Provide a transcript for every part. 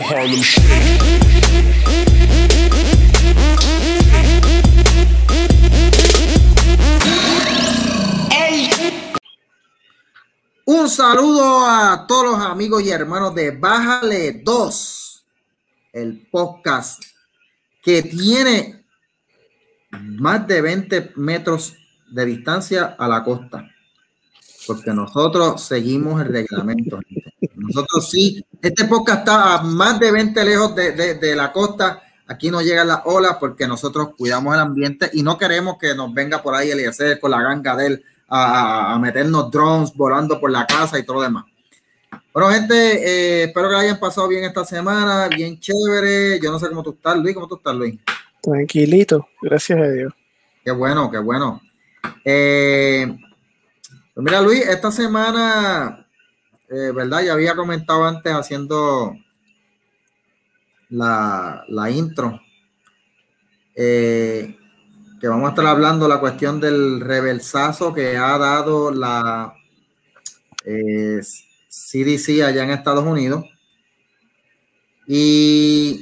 Harlem Shake. Un saludo a todos los amigos y hermanos de Bájale 2, el podcast que tiene más de 20 metros de distancia a la costa, porque nosotros seguimos el reglamento. Nosotros sí, este podcast está a más de 20 lejos de la costa. Aquí no llegan las olas porque nosotros cuidamos el ambiente y no queremos que nos venga por ahí Eliezer con la ganga de él a meternos drones volando por la casa y todo lo demás. Bueno, gente, espero que la hayan pasado bien esta semana, bien chévere. Yo no sé cómo tú estás, Luis. ¿Cómo tú estás, Luis? Tranquilito, gracias a Dios. Qué bueno, qué bueno. Pues mira, Luis, esta semana, ¿verdad? Ya había comentado antes haciendo la intro, que vamos a estar hablando la cuestión del reversazo que ha dado la CDC allá en Estados Unidos. Y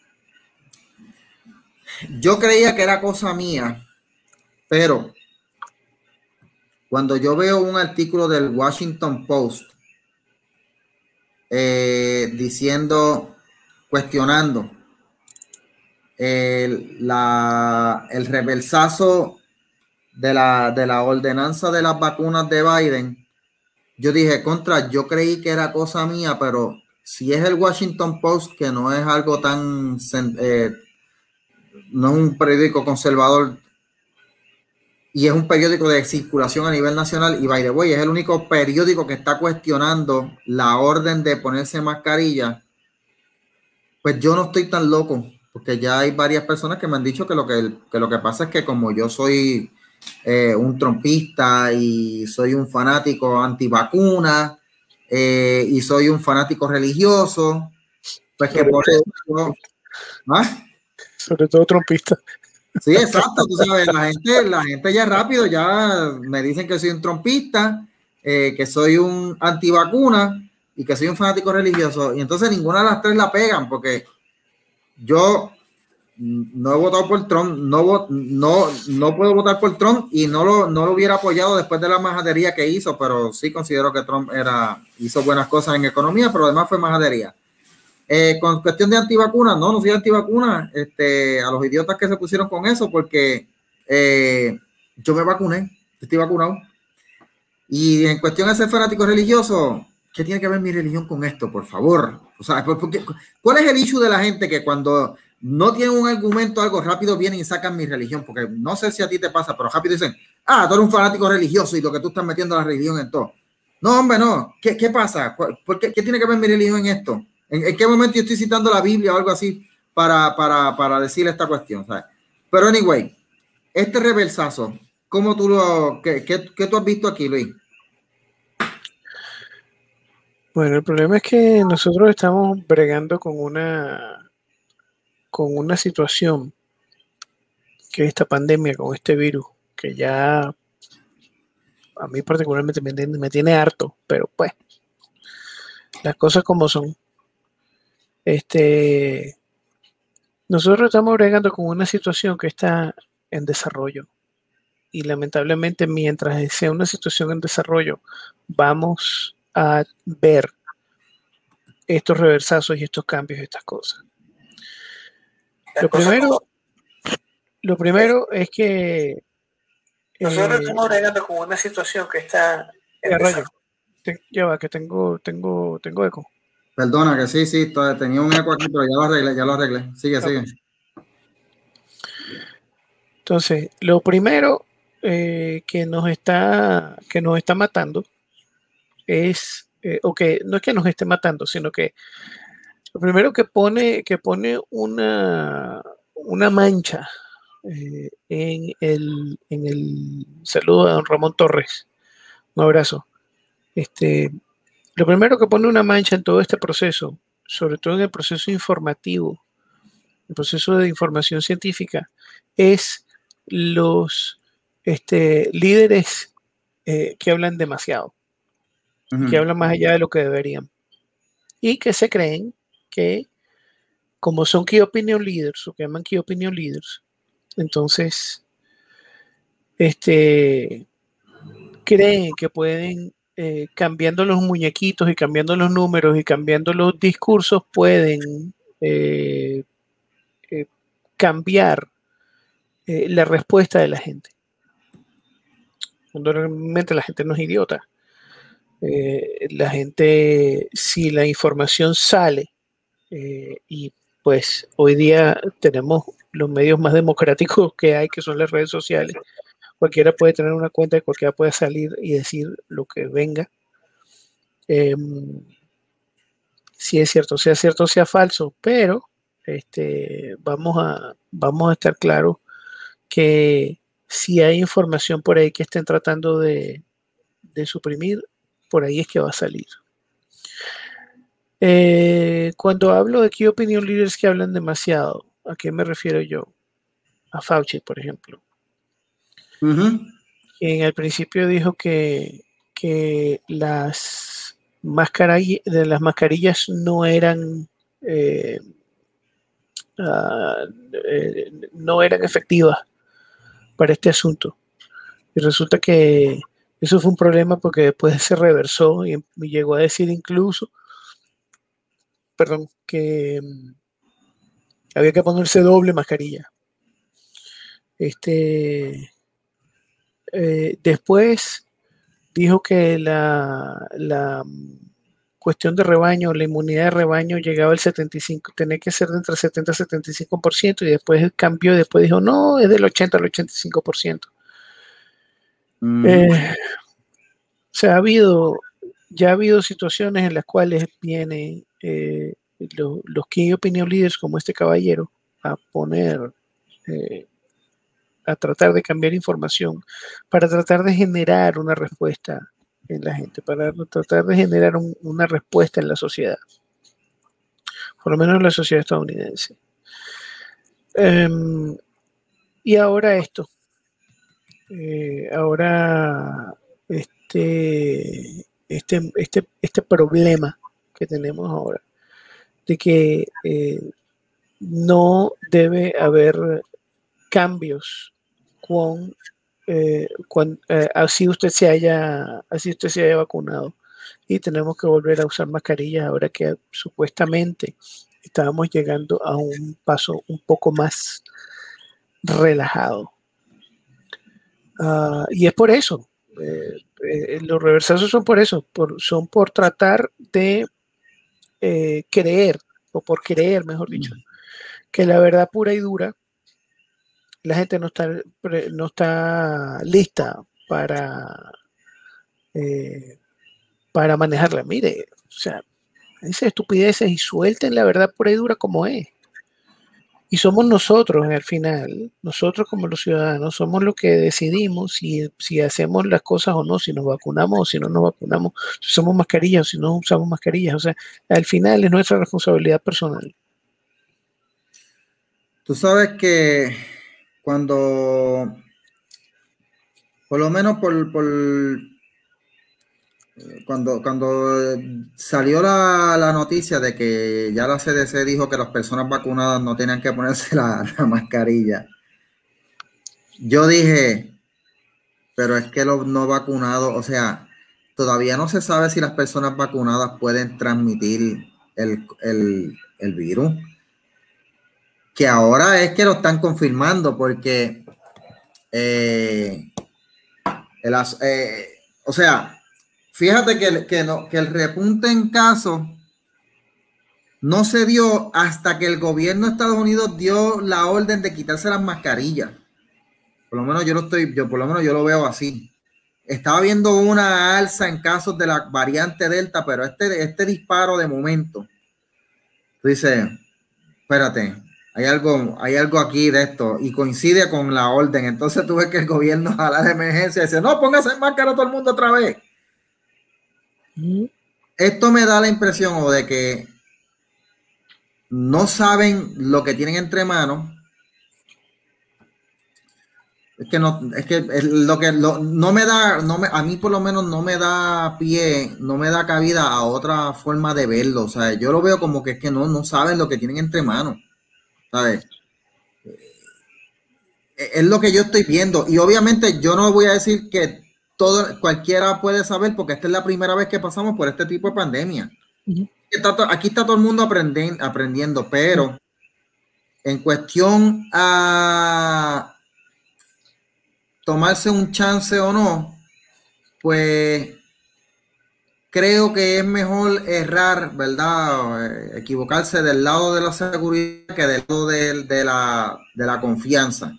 yo creía que era cosa mía, pero cuando yo veo un artículo del Washington Post cuestionando el reversazo de la ordenanza de las vacunas de Biden, yo dije, yo creí que era cosa mía, pero si es el Washington Post, que no es algo tan, no es un periódico conservador y es un periódico de circulación a nivel nacional, y by the way, es el único periódico que está cuestionando la orden de ponerse mascarilla, pues yo no estoy tan loco, porque ya hay varias personas que me han dicho que lo que pasa es que como yo soy un trumpista y soy un fanático antivacuna y soy un fanático religioso, pues que por eso yo, ¿ah? Sobre todo trompista. Sí, exacto, tú sabes, la gente ya rápido ya me dicen que soy un trompista, que soy un antivacuna y que soy un fanático religioso, y entonces ninguna de las tres la pegan, porque yo no he votado por Trump, no puedo votar por Trump y no lo hubiera apoyado después de la majadería que hizo, pero sí considero que Trump hizo buenas cosas en economía, pero además fue majadería. Con cuestión de antivacunas, no soy antivacuna, a los idiotas que se pusieron con eso, porque yo me vacuné, estoy vacunado. Y en cuestión de ser fanático religioso, ¿qué tiene que ver mi religión con esto, por favor? O sea, ¿cuál es el issue de la gente que cuando no tienen un argumento, algo rápido, vienen y sacan mi religión? Porque no sé si a ti te pasa, pero rápido dicen, tú eres un fanático religioso y lo que tú estás metiendo la religión en todo. No, hombre, no. ¿Qué pasa? ¿Qué tiene que ver mi religión en esto? ¿En qué momento yo estoy citando la Biblia o algo así para decir esta cuestión? ¿Sabes? Pero anyway, este reversazo, ¿cómo tú qué tú has visto aquí, Luis? Bueno, el problema es que nosotros estamos bregando con una situación, que esta pandemia, con este virus, que ya a mí particularmente me tiene harto, pero pues las cosas como son. Nosotros estamos bregando con una situación que está en desarrollo, y lamentablemente mientras sea una situación en desarrollo vamos a ver estos reversazos y estos cambios y estas cosas. Lo primero es que nosotros estamos bregando con una situación que está en desarrollo. Ya va, que tengo eco. Perdona, que sí, tenía un eco aquí, pero ya lo arreglé. Sigue. Entonces, lo primero que nos está matando es, o que no es que nos esté matando, sino que lo primero que pone una mancha en el saludo a don Ramón Torres. Un abrazo. Lo primero que pone una mancha en todo este proceso, sobre todo en el proceso informativo, el proceso de información científica, es los líderes que hablan demasiado, que hablan más allá de lo que deberían, y que se creen que como son Key Opinion Leaders, o que llaman Key Opinion Leaders, entonces creen que pueden, cambiando los muñequitos y cambiando los números y cambiando los discursos, pueden cambiar la respuesta de la gente. Cuando realmente la gente no es idiota. La gente, si la información sale, y pues hoy día tenemos los medios más democráticos que hay, que son las redes sociales. Cualquiera puede tener una cuenta y cualquiera puede salir y decir lo que venga. Si es cierto, sea falso, pero vamos a estar claros que si hay información por ahí que estén tratando de suprimir, por ahí es que va a salir. Cuando hablo de Key Opinion Leaders que hablan demasiado, ¿a qué me refiero yo? A Fauci, por ejemplo. En el principio dijo que las mascarillas no eran no eran efectivas para este asunto. Y resulta que eso fue un problema porque después se reversó y llegó a decir incluso, que había que ponerse doble mascarilla. Después dijo que la cuestión de rebaño, la inmunidad de rebaño llegaba al 75%, tenía que ser de entre 70 y 75%, y después cambió, después dijo, no, es del 80 al 85%. O sea, ya ha habido situaciones en las cuales vienen los Key Opinion Leaders como este caballero a poner, a tratar de cambiar información para tratar de generar una respuesta en la gente, para tratar de generar una respuesta en la sociedad, por lo menos en la sociedad estadounidense. Y ahora esto. Ahora este problema que tenemos ahora de que no debe haber cambios así usted se haya vacunado, y tenemos que volver a usar mascarillas ahora que supuestamente estábamos llegando a un paso un poco más relajado. Y es por eso, los reversazos son por eso, son por tratar de creer, o por creer, mejor dicho, que la verdad pura y dura, la gente no está lista para manejarla. Mire, o sea, esas estupideces y suelten la verdad pura y dura como es. Y somos nosotros, al final, nosotros como los ciudadanos, somos los que decidimos si hacemos las cosas o no, si nos vacunamos o si no nos vacunamos, si usamos mascarillas o si no usamos mascarillas. O sea, al final es nuestra responsabilidad personal. Tú sabes que cuando, por lo menos cuando salió la noticia de que ya la CDC dijo que las personas vacunadas no tenían que ponerse la mascarilla, yo dije, pero es que los no vacunados, o sea, todavía no se sabe si las personas vacunadas pueden transmitir el virus, que ahora es que lo están confirmando porque o sea, fíjate que el repunte en casos no se dio hasta que el gobierno de Estados Unidos dio la orden de quitarse las mascarillas. Por lo menos yo lo veo así. Estaba viendo una alza en casos de la variante Delta, pero este disparo de momento, tú dices, espérate, hay algo aquí de esto, y coincide con la orden. Entonces tú ves que el gobierno jala de emergencia y dice, no, póngase máscara todo el mundo otra vez. Esto me da la impresión o de que no saben lo que tienen entre manos, Es que no, es que lo que no me da, a mí por lo menos no me da pie, no me da cabida a otra forma de verlo. O sea, yo lo veo como que es que no saben lo que tienen entre manos, ¿sabes? Es lo que yo estoy viendo. Y obviamente yo no voy a decir que cualquiera puede saber, porque esta es la primera vez que pasamos por este tipo de pandemia. Aquí está todo el mundo aprendiendo, pero en cuestión a tomarse un chance o no, pues creo que es mejor errar, ¿verdad? Equivocarse del lado de la seguridad que del lado de la confianza.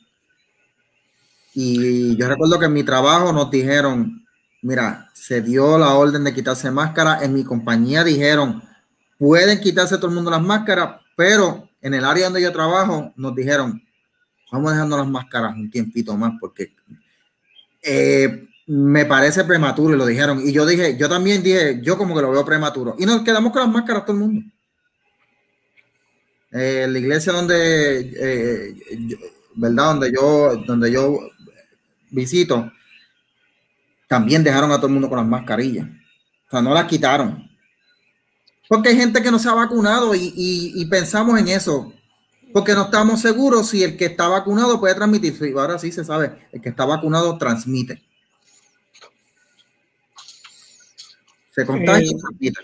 Y yo recuerdo que en mi trabajo nos dijeron, mira, se dio la orden de quitarse máscara. En mi compañía dijeron, pueden quitarse todo el mundo las máscaras, pero en el área donde yo trabajo nos dijeron, vamos dejando las máscaras un tiempito más porque me parece prematuro y lo dijeron. Y yo dije, yo también dije, yo como que lo veo prematuro. Y nos quedamos con las máscaras todo el mundo. La iglesia ¿verdad? Donde yo visito, también dejaron a todo el mundo con las mascarillas. O sea, no las quitaron. Porque hay gente que no se ha vacunado y pensamos en eso. Porque no estamos seguros si el que está vacunado puede transmitir. Ahora sí se sabe, el que está vacunado transmite. Se contagia y transmite.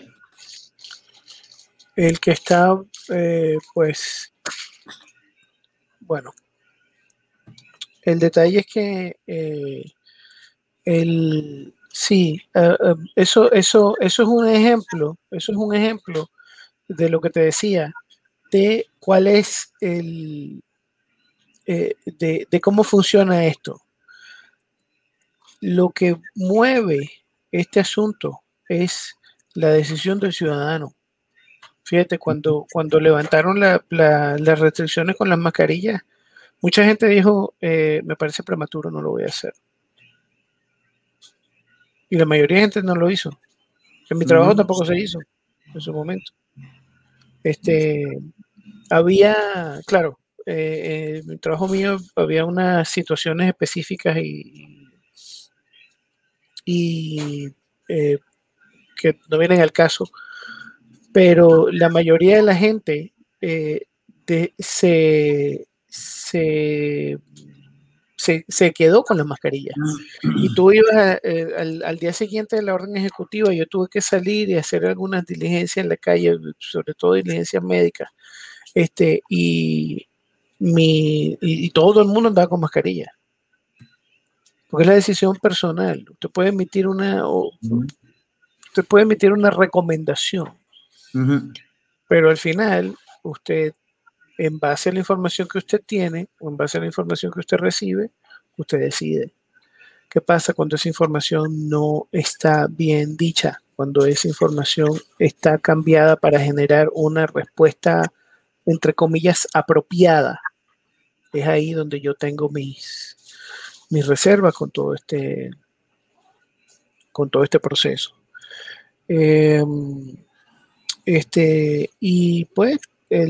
El que está, pues, bueno, el detalle es que sí, eso es un ejemplo, de lo que te decía, de cuál es de cómo funciona esto. Lo que mueve este asunto es la decisión del ciudadano. Fíjate, cuando levantaron las restricciones con las mascarillas, mucha gente dijo, me parece prematuro, no lo voy a hacer. Y la mayoría de gente no lo hizo. En mi trabajo tampoco se hizo en su momento. Había, claro, en el trabajo mío había unas situaciones específicas y que no vienen al caso, pero la mayoría de la gente se quedó con la mascarilla. Y tú ibas al día siguiente de la orden ejecutiva, yo tuve que salir y hacer algunas diligencias en la calle, sobre todo diligencias médicas, y todo el mundo andaba con mascarilla. Porque es la decisión personal. Usted puede emitir una recomendación, pero al final usted, en base a la información que usted tiene o en base a la información que usted recibe, usted decide. ¿Qué pasa cuando esa información no está bien dicha? Cuando esa información está cambiada para generar una respuesta, entre comillas, apropiada. Es ahí donde yo tengo mis reservas con todo este proceso. Y pues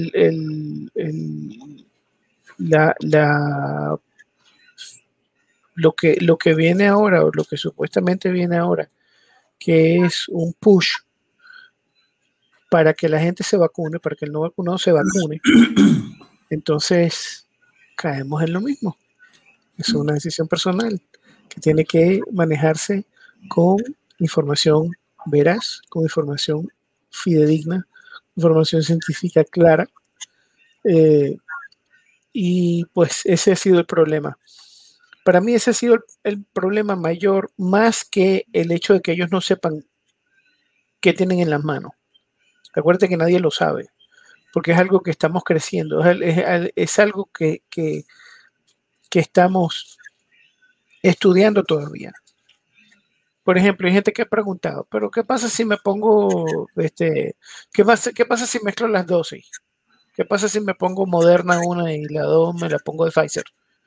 lo que viene ahora, o lo que supuestamente viene ahora, que es un push para que la gente se vacune, para que el no vacunado se vacune, entonces caemos en lo mismo. Es una decisión personal que tiene que manejarse con información veraz, con información fidedigna, información científica clara. Y pues ese ha sido el problema. Para mí ese ha sido el problema mayor, más que el hecho de que ellos no sepan qué tienen en las manos. Acuérdate que nadie lo sabe, porque es algo que estamos creciendo, es algo que estamos estudiando todavía. Por ejemplo, hay gente que ha preguntado, pero ¿qué pasa si me pongo, qué pasa si mezclo las dosis? ¿Qué pasa si me pongo Moderna una y la dos me la pongo de Pfizer?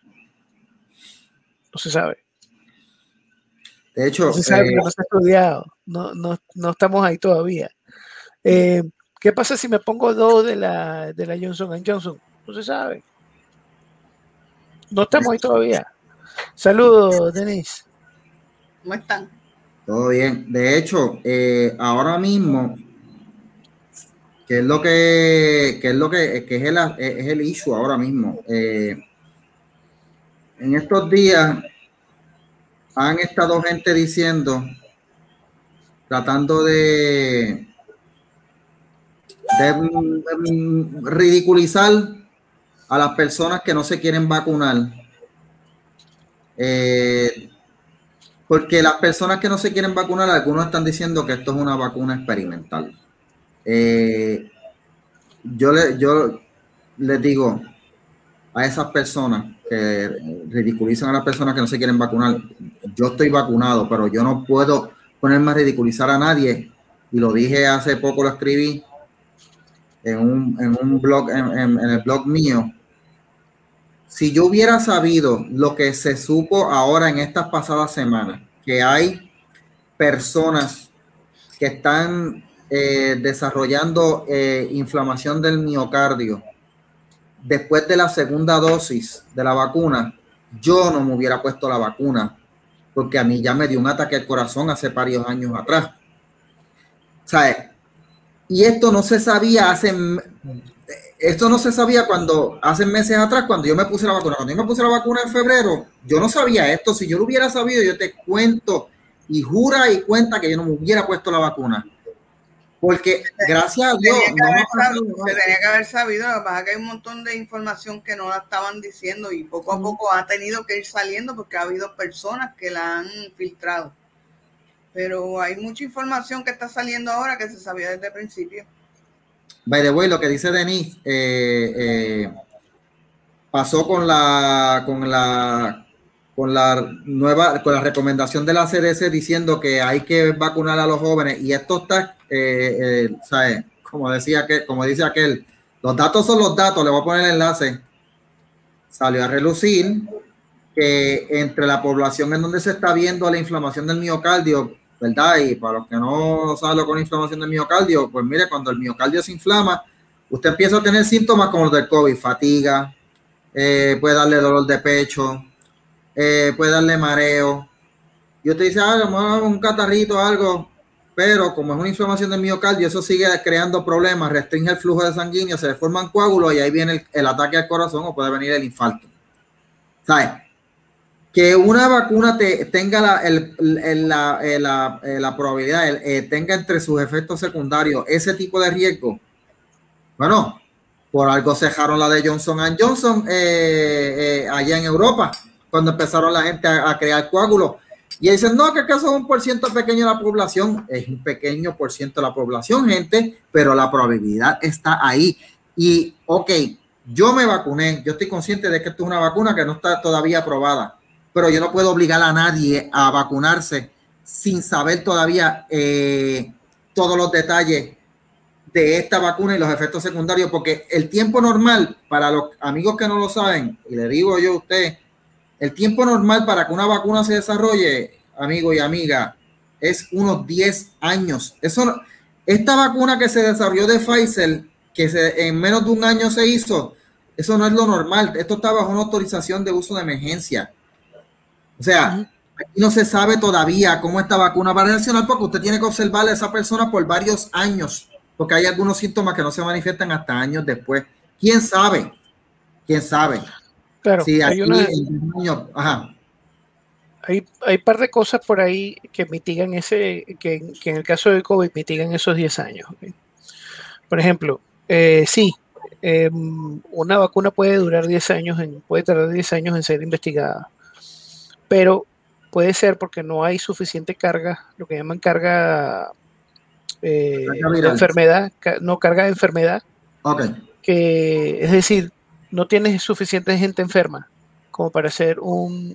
No se sabe. De hecho, no se sabe porque no se ha estudiado. No estamos ahí todavía. ¿Qué pasa si me pongo dos de la Johnson & Johnson? No se sabe. No estamos ahí todavía. Saludos, Denise. ¿Cómo están? Todo bien. De hecho, ahora mismo, que es el issue ahora mismo. En estos días han estado gente diciendo, tratando de ridiculizar a las personas que no se quieren vacunar. Porque las personas que no se quieren vacunar, algunos están diciendo que esto es una vacuna experimental. Yo les digo a esas personas que ridiculizan a las personas que no se quieren vacunar, yo estoy vacunado, pero yo no puedo ponerme a ridiculizar a nadie, y lo dije hace poco, lo escribí en un blog, en el blog mío. Si yo hubiera sabido lo que se supo ahora en estas pasadas semanas, que hay personas que están desarrollando inflamación del miocardio después de la segunda dosis de la vacuna, yo no me hubiera puesto la vacuna, porque a mí ya me dio un ataque al corazón hace varios años atrás. ¿Sabes? Y esto no se sabía cuando hace meses atrás, cuando yo me puse la vacuna. Cuando yo me puse la vacuna en febrero, yo no sabía esto. Si yo lo hubiera sabido, yo te cuento y jura y cuenta que yo no me hubiera puesto la vacuna. Porque gracias a Dios se tenía que haber sabido. Lo que pasa es que hay un montón de información que no la estaban diciendo, y poco a poco ha tenido que ir saliendo porque ha habido personas que la han filtrado. Pero hay mucha información que está saliendo ahora que se sabía desde el principio. By the way, lo que dice Denise pasó con la recomendación de la CDC diciendo que hay que vacunar a los jóvenes, y esto está, ¿sabes? Como dice aquel, los datos son los datos. Le voy a poner el enlace. Salió a relucir que entre la población en donde se está viendo la inflamación del miocardio, ¿verdad? Y para los que no saben lo que es la inflamación del miocardio, pues mire, cuando el miocardio se inflama, usted empieza a tener síntomas como los del COVID: fatiga, puede darle dolor de pecho, puede darle mareo, y usted dice, un catarrito, algo, pero como es una inflamación del miocardio, eso sigue creando problemas, restringe el flujo de sanguíneo, se forman coágulos, y ahí viene el ataque al corazón, o puede venir el infarto. ¿Sabes? Que una vacuna tenga la probabilidad, tenga entre sus efectos secundarios ese tipo de riesgo. Bueno, por algo cejaron la de Johnson & Johnson allá en Europa, cuando empezaron la gente a crear coágulos. Y dicen, no, que acaso es un % pequeño de la población. Es un pequeño % de la población, gente, pero la probabilidad está ahí. Y, ok, yo me vacuné, yo estoy consciente de que esto es una vacuna que no está todavía aprobada, pero yo no puedo obligar a nadie a vacunarse sin saber todavía todos los detalles de esta vacuna y los efectos secundarios, porque el tiempo normal, para los amigos que no lo saben, y le digo yo a usted, el tiempo normal para que una vacuna se desarrolle, amigo y amiga, es unos 10 años. Esta vacuna que se desarrolló de Pfizer, en menos de un año se hizo, eso no es lo normal. Esto está bajo una autorización de uso de emergencia. O sea, aquí no se sabe todavía cómo esta vacuna va a reaccionar, porque usted tiene que observar a esa persona por varios años, porque hay algunos síntomas que no se manifiestan hasta años después. ¿Quién sabe? ¿Quién sabe? Claro, sí, hay un par de cosas por ahí que mitigan que en el caso del COVID mitigan esos 10 años. ¿Okay? Por ejemplo, una vacuna puede durar 10 años, puede tardar 10 años en ser investigada, pero puede ser porque no hay suficiente carga, lo que llaman carga de enfermedad, carga de enfermedad. Okay. Es decir, no tienes suficiente gente enferma como para hacer un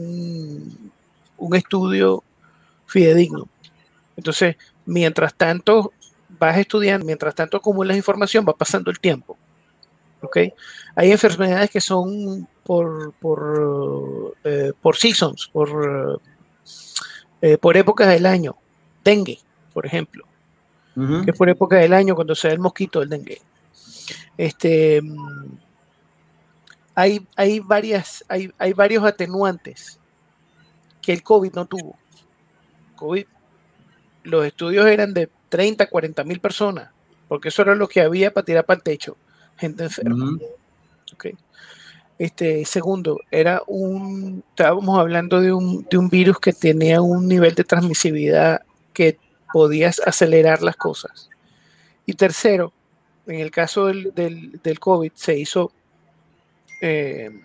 estudio fidedigno. Entonces, mientras tanto vas estudiando, mientras tanto acumulas información, va pasando el tiempo. ¿Okay? Hay enfermedades que son por seasons, por épocas del año. Dengue, por ejemplo, que es por época del año cuando se da el mosquito del dengue. hay varios atenuantes que el COVID no tuvo. COVID, los estudios eran de 30, 40 mil personas, porque eso era lo que había para tirar para el techo, gente enferma. Okay. Segundo, estábamos hablando de un virus que tenía un nivel de transmisibilidad que podías acelerar las cosas. Y tercero, en el caso del COVID se hizo, en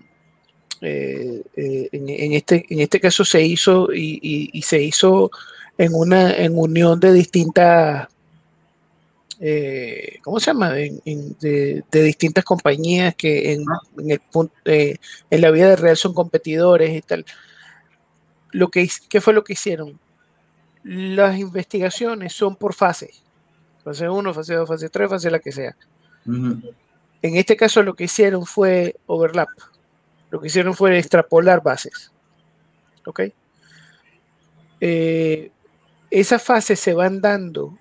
este caso se hizo y se hizo en unión de distintas, ¿cómo se llama? De distintas compañías que en la vida real son competidores y tal. ¿Qué fue lo que hicieron? Las investigaciones son por fases. Fase 1, fase 2, fase 3, fase la que sea. En este caso lo que hicieron fue overlap. Lo que hicieron fue extrapolar bases. ¿Ok? Esas fases se van dando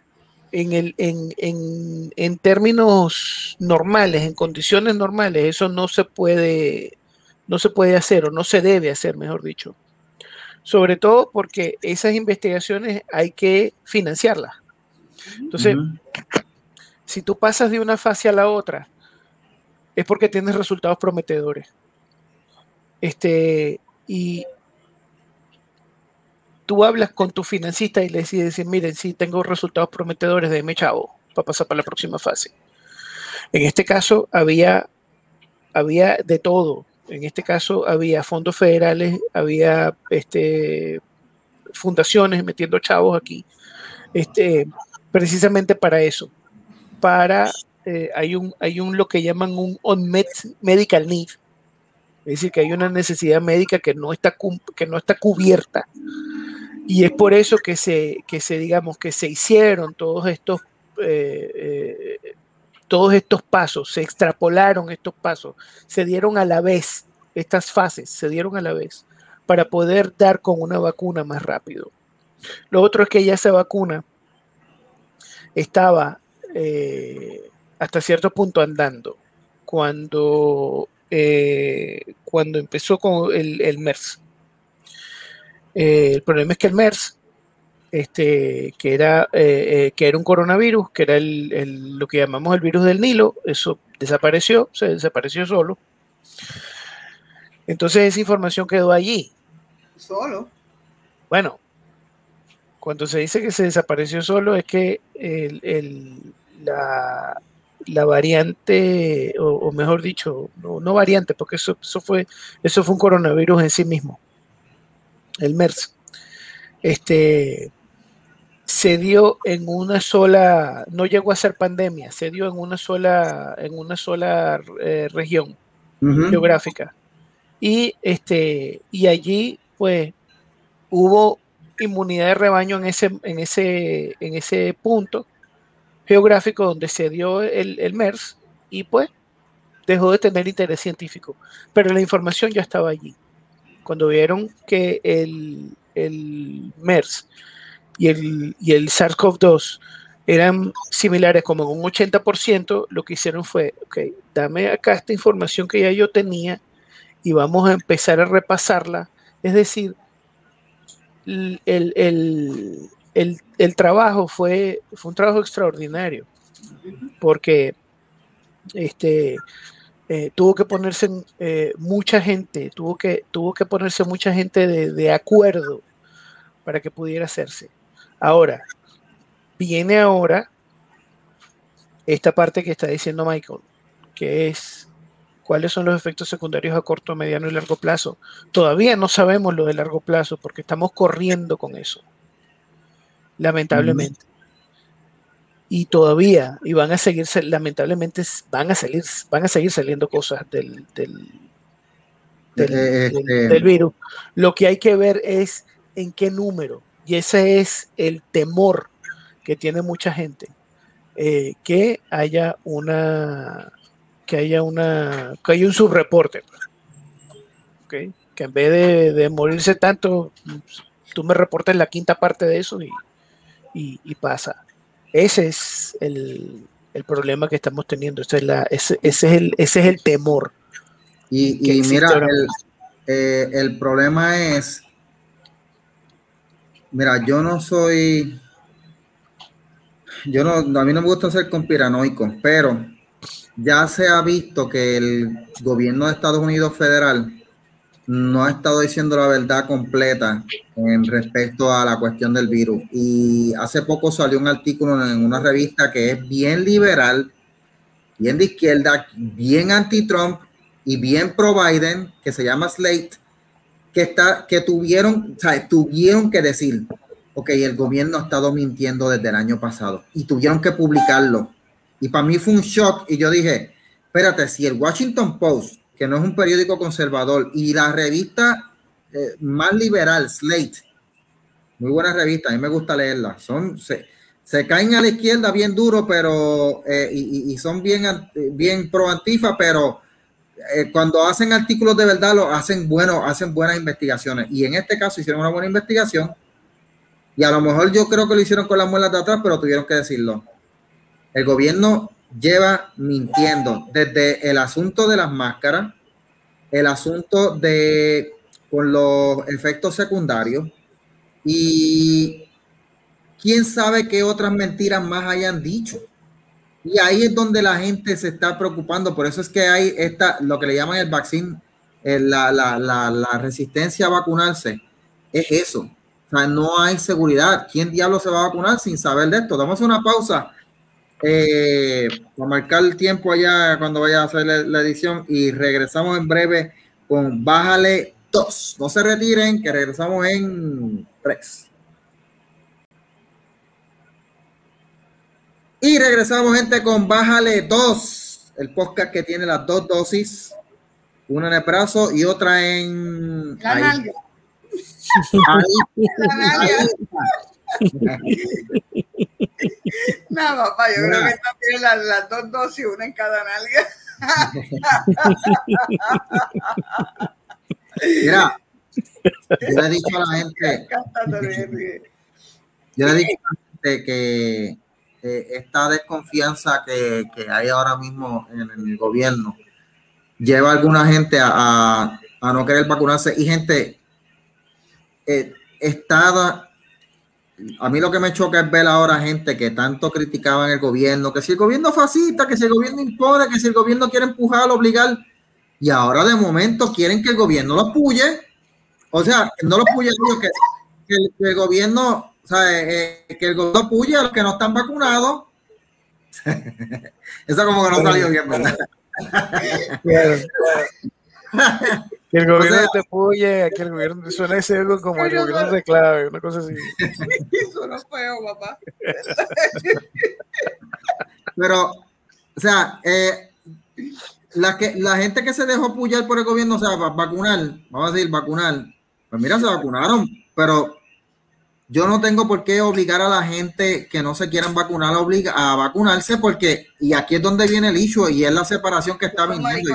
en términos normales, en condiciones normales. Eso no se puede hacer, o no se debe hacer, mejor dicho. Sobre todo porque esas investigaciones hay que financiarlas. Entonces, si tú pasas de una fase a la otra, es porque tienes resultados prometedores. Y tú hablas con tu financista y le decides, miren, sí, tengo resultados prometedores, déme chavo para pasar para la próxima fase. En este caso había de todo. En este caso había fondos federales, había fundaciones metiendo chavos aquí, precisamente para eso. Hay un lo que llaman un unmet medical need, es decir, que hay una necesidad médica que no está cubierta. Y es por eso que se hicieron todos estos pasos, se extrapolaron estos pasos, se dieron a la vez, estas fases se dieron a la vez para poder dar con una vacuna más rápido. Lo otro es que ya esa vacuna estaba hasta cierto punto andando cuando empezó con el MERS. El problema es que el MERS, que era un coronavirus, que era lo que llamamos el virus del Nilo, eso se desapareció solo. Entonces esa información quedó allí. ¿Solo? Bueno, cuando se dice que se desapareció solo es que la variante, o mejor dicho, no variante, porque eso fue un coronavirus en sí mismo, el MERS. Se dio en una sola, no llegó a ser pandemia, se dio en una sola región geográfica. Y allí, pues, hubo inmunidad de rebaño en ese punto geográfico donde se dio el MERS, y pues dejó de tener interés científico. Pero la información ya estaba allí. Cuando vieron que el MERS y el SARS-CoV-2 eran similares como en un 80%, lo que hicieron fue, ok, dame acá esta información que ya yo tenía y vamos a empezar a repasarla. Es decir, el trabajo fue un trabajo extraordinario, porque tuvo que ponerse mucha gente, tuvo que ponerse mucha gente de acuerdo para que pudiera hacerse. Ahora, viene esta parte que está diciendo Michael, que es cuáles son los efectos secundarios a corto, mediano y largo plazo. Todavía no sabemos lo de largo plazo porque estamos corriendo con eso, lamentablemente. Y todavía, y van a seguir, lamentablemente, van a seguir saliendo cosas del virus. Lo que hay que ver es en qué número, y ese es el temor que tiene mucha gente, que haya un subreporte, ¿okay? Que en vez de morirse tanto, tú me reportes la quinta parte de eso y pasa. Ese es el problema que estamos teniendo. Ese es el temor. Y mira, el problema es, mira, a mí no me gusta ser conspiranoico, pero ya se ha visto que el gobierno de Estados Unidos federal no ha estado diciendo la verdad completa en respecto a la cuestión del virus. Y hace poco salió un artículo en una revista que es bien liberal, bien de izquierda, bien anti-Trump y bien pro-Biden, que se llama Slate, que tuvieron que decir, ok, el gobierno ha estado mintiendo desde el año pasado y tuvieron que publicarlo. Y para mí fue un shock y yo dije, espérate, si el Washington Post, que no es un periódico conservador, y la revista más liberal, Slate, muy buena revista, a mí me gusta leerla, se caen a la izquierda bien duro, pero y son bien pro Antifa, pero cuando hacen artículos de verdad, hacen buenas investigaciones, y en este caso hicieron una buena investigación, y a lo mejor yo creo que lo hicieron con las muelas de atrás, pero tuvieron que decirlo. El gobierno lleva mintiendo desde el asunto de las máscaras, el asunto con los efectos secundarios, y quién sabe qué otras mentiras más hayan dicho. Y ahí es donde la gente se está preocupando. Por eso es que hay lo que le llaman el vaccine, la resistencia a vacunarse, es eso. O sea, no hay seguridad. ¿Quién diablo se va a vacunar sin saber de esto? Damos una pausa para marcar el tiempo allá cuando vaya a hacer la edición, y regresamos en breve con Bájale 2. No se retiren, que regresamos en 3. Y regresamos, gente, con Bájale 2, el podcast que tiene las 2 dosis, una en el brazo y otra en la nalga. No, papá, yo creo que esta tiene las 2 dosis, una en cada nalga. Mira, yo le he dicho a la gente, que esta desconfianza que hay ahora mismo en el gobierno lleva a alguna gente a no querer vacunarse. Y gente, a mí lo que me choca es ver ahora gente que tanto criticaban el gobierno, que si el gobierno es fascista, que si el gobierno impone, que si el gobierno quiere empujar, obligar, y ahora de momento quieren que el gobierno lo apoye. O sea, no lo apoye, que el gobierno, o sea, que el gobierno apoye a los que no están vacunados. Eso como que no salió bien, ¿verdad? Que el gobierno te apoye, que el gobierno suena ese algo como el gobierno de clave, una cosa así. Eso no es feo, papá. Pero, o sea, la gente que se dejó apoyar por el gobierno, o sea, vacunar, vamos a decir vacunar, pues mira, se vacunaron, pero yo no tengo por qué obligar a la gente que no se quieran vacunar a vacunarse, porque, y aquí es donde viene el issue, y es la separación que está viniendo.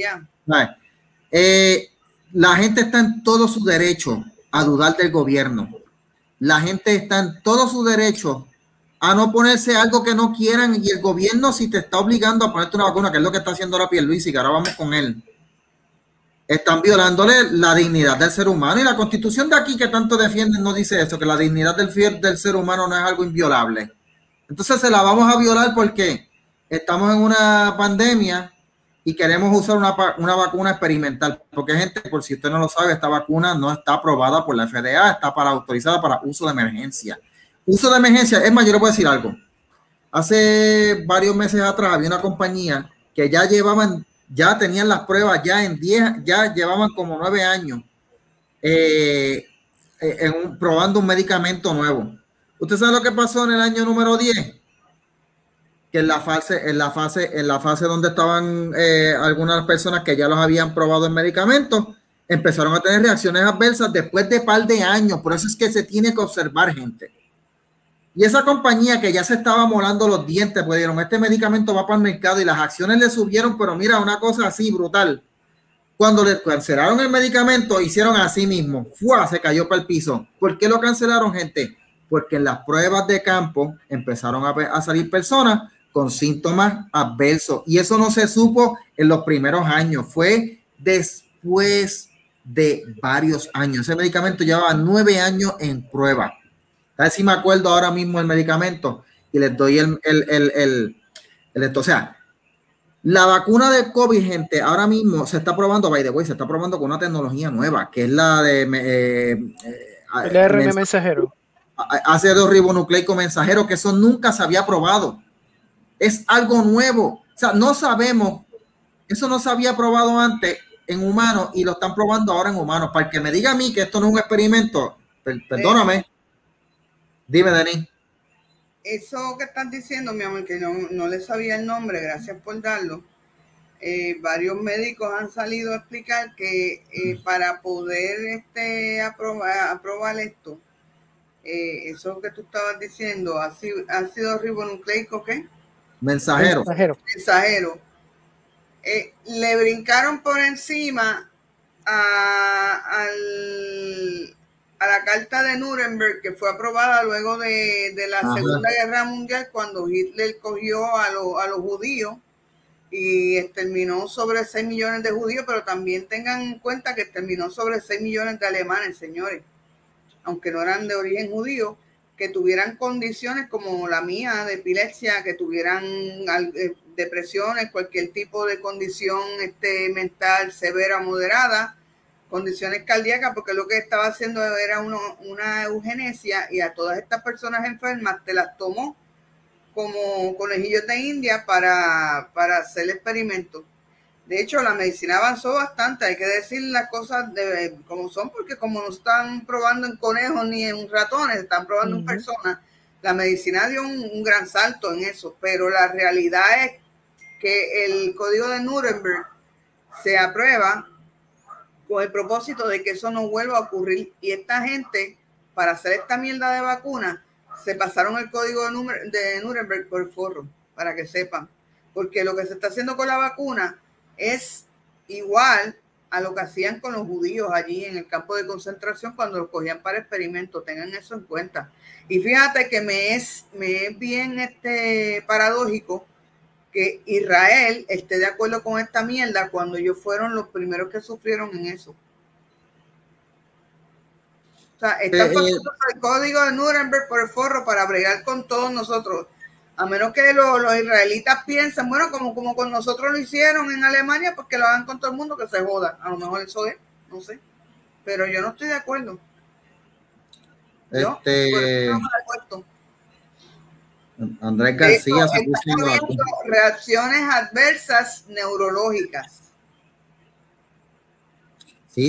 La gente está en todo su derecho a dudar del gobierno. La gente está en todo su derecho a no ponerse algo que no quieran, y el gobierno, si te está obligando a ponerte una vacuna, que es lo que está haciendo ahora Pierluisi, que ahora vamos con él, están violándole la dignidad del ser humano, y la constitución de aquí que tanto defienden no dice eso, que la dignidad del ser humano no es algo inviolable. Entonces se la vamos a violar porque estamos en una pandemia y queremos usar una vacuna experimental, porque gente, por si usted no lo sabe, esta vacuna no está aprobada por la FDA, está autorizada para uso de emergencia. Uso de emergencia, es más, yo le voy a decir algo. Hace varios meses atrás había una compañía que ya tenían las pruebas, ya llevaban como 9 años probando un medicamento nuevo. ¿Usted sabe lo que pasó en el año número 10? Que en la fase donde estaban algunas personas que ya los habían probado en medicamentos, empezaron a tener reacciones adversas después de un par de años. Por eso es que se tiene que observar, gente. Y esa compañía que ya se estaba molando los dientes, pues dijeron, este medicamento va para el mercado, y las acciones le subieron, pero mira, una cosa así brutal. Cuando le cancelaron el medicamento, hicieron así mismo, ¡fua!, se cayó para el piso. ¿Por qué lo cancelaron, gente? Porque en las pruebas de campo empezaron a salir personas con síntomas adversos, y eso no se supo en los primeros años. Fue después de varios años. Ese medicamento llevaba 9 años en prueba. A ver si me acuerdo ahora mismo el medicamento y les doy o sea, la vacuna de COVID, gente, ahora mismo se está probando, by the way, se está probando con una tecnología nueva, que es la de el ARN mensajero. Ácido ribonucleico mensajero, que eso nunca se había probado. Es algo nuevo. O sea, no sabemos, eso no se había probado antes en humanos y lo están probando ahora en humanos. Para el que me diga a mí que esto no es un experimento, perdóname. Dime, Denis. Eso que estás diciendo, mi amor, que no le sabía el nombre, gracias por darlo. Varios médicos han salido a explicar que para poder aprobar esto, eso que tú estabas diciendo, ácido ribonucleico, ¿qué? Mensajero. Le brincaron por encima a la Carta de Nuremberg, que fue aprobada luego de la Segunda Guerra Mundial, cuando Hitler cogió a los judíos y exterminó sobre 6 millones de judíos, pero también tengan en cuenta que exterminó sobre 6 millones de alemanes, señores, aunque no eran de origen judío, que tuvieran condiciones como la mía de epilepsia, que tuvieran depresiones, cualquier tipo de condición mental severa o moderada, condiciones cardíacas, porque lo que estaba haciendo era una eugenesia, y a todas estas personas enfermas te las tomó como conejillos de India para hacer experimentos. De hecho, la medicina avanzó bastante, hay que decir las cosas como son, porque como no están probando en conejos ni en ratones, están probando en personas, la medicina dio un gran salto en eso, pero la realidad es que el código de Nuremberg se aprueba con el propósito de que eso no vuelva a ocurrir, y esta gente, para hacer esta mierda de vacuna, se pasaron el código de Nuremberg por el forro, para que sepan, porque lo que se está haciendo con la vacuna es igual a lo que hacían con los judíos allí en el campo de concentración cuando los cogían para experimentos. Tengan eso en cuenta. Y fíjate que me es bien paradójico que Israel esté de acuerdo con esta mierda cuando ellos fueron los primeros que sufrieron en eso. O sea, están pasando el código de Nuremberg por el forro para bregar con todos nosotros. A menos que los israelitas piensen, bueno, como con nosotros lo hicieron en Alemania, pues que lo hagan con todo el mundo, que se joda. A lo mejor eso es, no sé. Pero yo no estoy de acuerdo. Yo no me acuerdo. Andrés García se puso reacciones adversas neurológicas. Sí,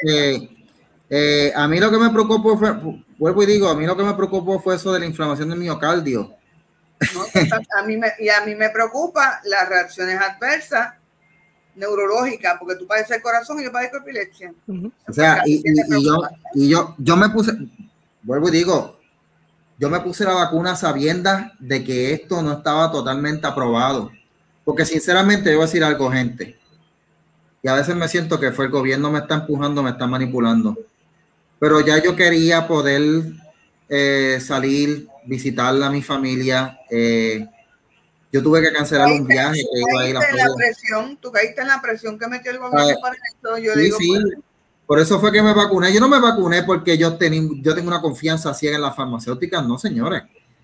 a mí lo que me preocupó fue, vuelvo y digo, a mí lo que me preocupó fue eso de la inflamación del miocardio. No, a mí me preocupa las reacciones adversas neurológicas, porque tú padeces el corazón y yo padezco epilepsia. O sea, yo me puse, vuelvo y digo, yo me puse la vacuna sabiendo de que esto no estaba totalmente aprobado. Porque sinceramente, yo voy a decir algo, gente. Y a veces me siento que fue el gobierno me está empujando, me está manipulando. Pero ya yo quería poder salir, visitar a mi familia. Yo tuve que cancelar un viaje que iba a ir a tú caíste en la presión que metió el gobierno para esto. Yo digo, sí. Por eso fue que me vacuné. Yo no me vacuné porque yo tengo una confianza ciega en las farmacéuticas, no, señores.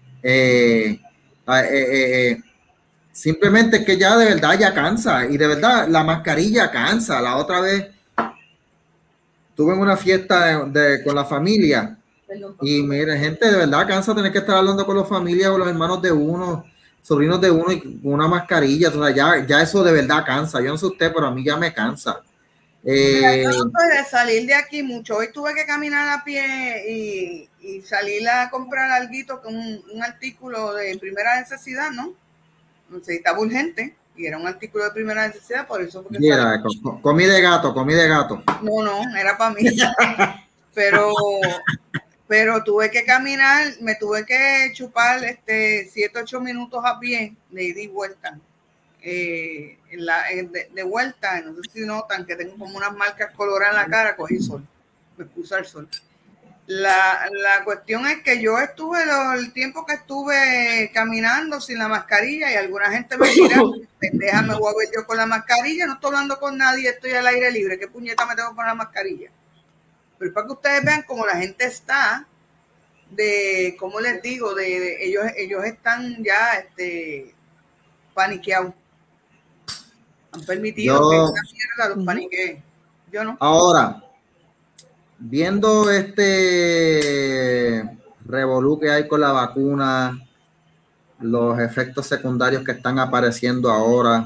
Simplemente es que ya de verdad ya cansa, y de verdad la mascarilla cansa. La otra vez estuve en una fiesta con la familia y mire, gente, de verdad cansa tener que estar hablando con la familia o los hermanos de uno, sobrinos de uno, y con una mascarilla. O sea, ya eso de verdad cansa. Yo no sé usted, pero a mí ya me cansa. Yo no puedo salir de aquí mucho. Hoy tuve que caminar a pie y salir a comprar alguito con un artículo de primera necesidad, ¿no? Necesitaba urgente y era un artículo de primera necesidad, por eso porque comí de gato. No, era para mí. pero tuve que caminar, me tuve que chupar 7-8 minutos a pie de ida y vuelta. De vuelta, no sé si notan que tengo como unas marcas coloradas en la cara, cogí sol, me puse al sol. La cuestión es que yo estuve el tiempo que estuve caminando sin la mascarilla y alguna gente me dirá, pendeja, me voy a ver yo con la mascarilla, no estoy hablando con nadie, estoy al aire libre, ¿qué puñeta me tengo que poner la mascarilla? Pero es para que ustedes vean cómo la gente está, de, ¿cómo les digo? Ellos están ya paniqueados. Han permitido que esta mierda los paniquee. Yo no. Ahora, viendo revolú que hay con la vacuna, los efectos secundarios que están apareciendo ahora,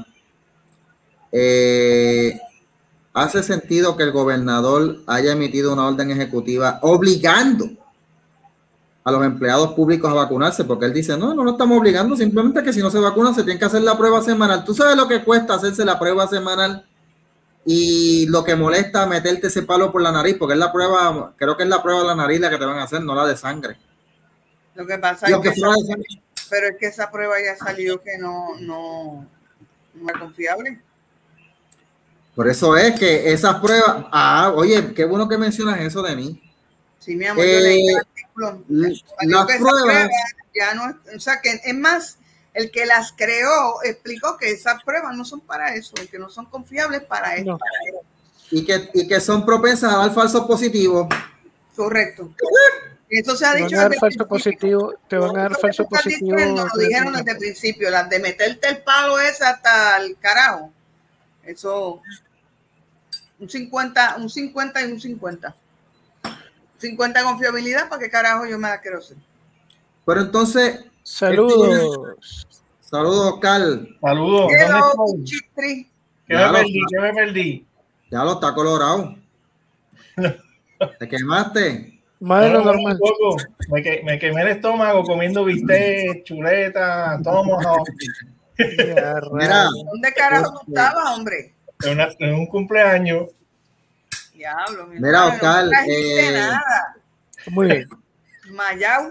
¿hace sentido que el gobernador haya emitido una orden ejecutiva obligando a los empleados públicos a vacunarse? Porque él dice, no lo estamos obligando, simplemente que si no se vacuna se tiene que hacer la prueba semanal. ¿Tú sabes lo que cuesta hacerse la prueba semanal? Y lo que molesta meterte ese palo por la nariz, porque es la prueba, creo que es la prueba de la nariz la que te van a hacer, no la de sangre. Lo que pasa es que pero es que esa prueba ya salió que no es confiable. Por eso es que esas pruebas, oye, qué bueno que mencionas eso de mí. Sí, mi amor, yo leí el artículo. Las pruebas ya no, o sea, que es más, el que las creó explicó que esas pruebas no son para eso, que no son confiables para eso. No. Y que son propensas a dar falsos positivos. Correcto. Eso se ha dicho. Te van a dar falso positivo. Te van a dar falso positivo. Lo dijeron desde el principio, las de meterte el palo ese hasta el carajo. Eso, un 50 y un 50. 50 confiabilidad, ¿para qué carajo yo me la quiero hacer? Pero entonces... Saludos. Saludos, Carl. Saludos. ¿Qué me perdí? Ya lo está colorado. ¿Te quemaste? Madre normal. Me quemé el estómago comiendo bistec, chuleta, tomahawk. Mira, ¿dónde carajo tú estabas, hombre? En un cumpleaños. Diablo, mira, Oscar. Muy bien. Mayao.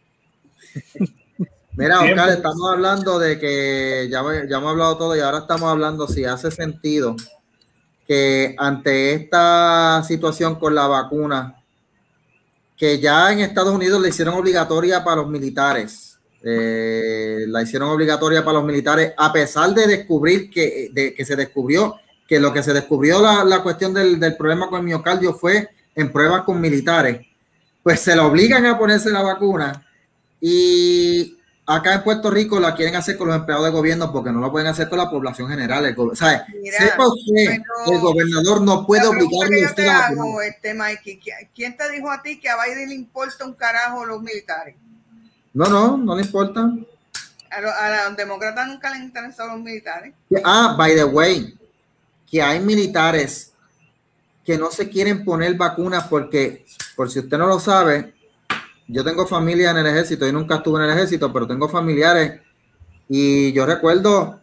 Mira, Oscar, estamos hablando de que ya hemos hablado todo y ahora estamos hablando si hace sentido que ante esta situación con la vacuna, que ya en Estados Unidos la hicieron obligatoria para los militares, la hicieron obligatoria para los militares a pesar de descubrir que se descubrió que lo que se descubrió la cuestión del problema con el miocardio fue en pruebas con militares, pues se la obligan a ponerse la vacuna y acá en Puerto Rico la quieren hacer con los empleados de gobierno porque no lo pueden hacer con la población general. Sepa usted, el gobernador no puede obligarle a usted a Mikey, ¿quién te dijo a ti que a Biden le importa un carajo los militares? No le importa. A los demócratas nunca les interesan los militares. By the way, que hay militares que no se quieren poner vacunas porque, por si usted no lo sabe, yo tengo familia en el ejército y nunca estuve en el ejército, pero tengo familiares y yo recuerdo,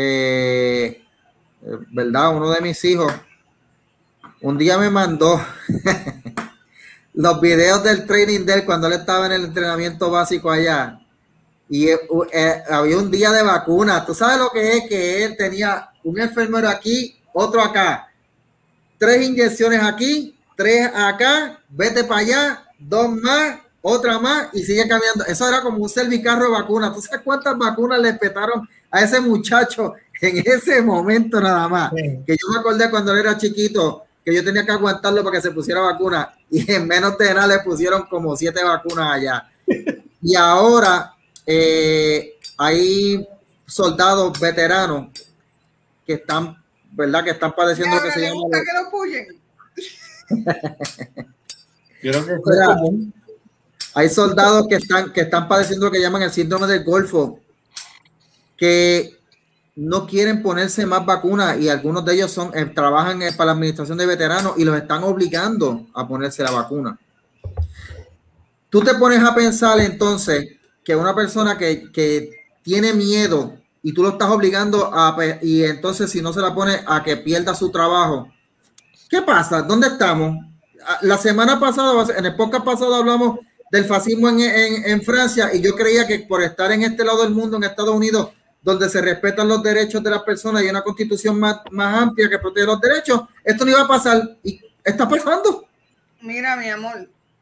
¿verdad? Uno de mis hijos un día me mandó los videos del training de él cuando él estaba en el entrenamiento básico allá y había un día de vacuna. ¿Tú sabes lo que es? Que él tenía un enfermero aquí, otro acá, 3 inyecciones aquí, 3 acá, vete para allá, 2 más, otra más y sigue cambiando. Eso era como un servicarro de vacunas. ¿Tú sabes cuántas vacunas le petaron a ese muchacho en ese momento nada más? Sí. Que yo me acordé cuando él era chiquito que yo tenía que aguantarlo para que se pusiera vacuna y en menos de nada le pusieron como 7 vacunas allá. Y ahora hay soldados veteranos que están, ¿verdad? Que están padeciendo lo que se llama... que lo puyen. Creo que es común. Hay soldados que están padeciendo lo que llaman el síndrome del Golfo, que no quieren ponerse más vacunas y algunos de ellos trabajan para la administración de veteranos y los están obligando a ponerse la vacuna. Tú te pones a pensar entonces que una persona que tiene miedo y tú lo estás obligando y entonces si no se la pone a que pierda su trabajo, ¿qué pasa? ¿Dónde estamos? La semana pasada, en el podcast pasado hablamos del fascismo en Francia y yo creía que por estar en este lado del mundo, en Estados Unidos, donde se respetan los derechos de las personas y una constitución más amplia que protege los derechos, esto no iba a pasar y está pasando. Mira, mi amor,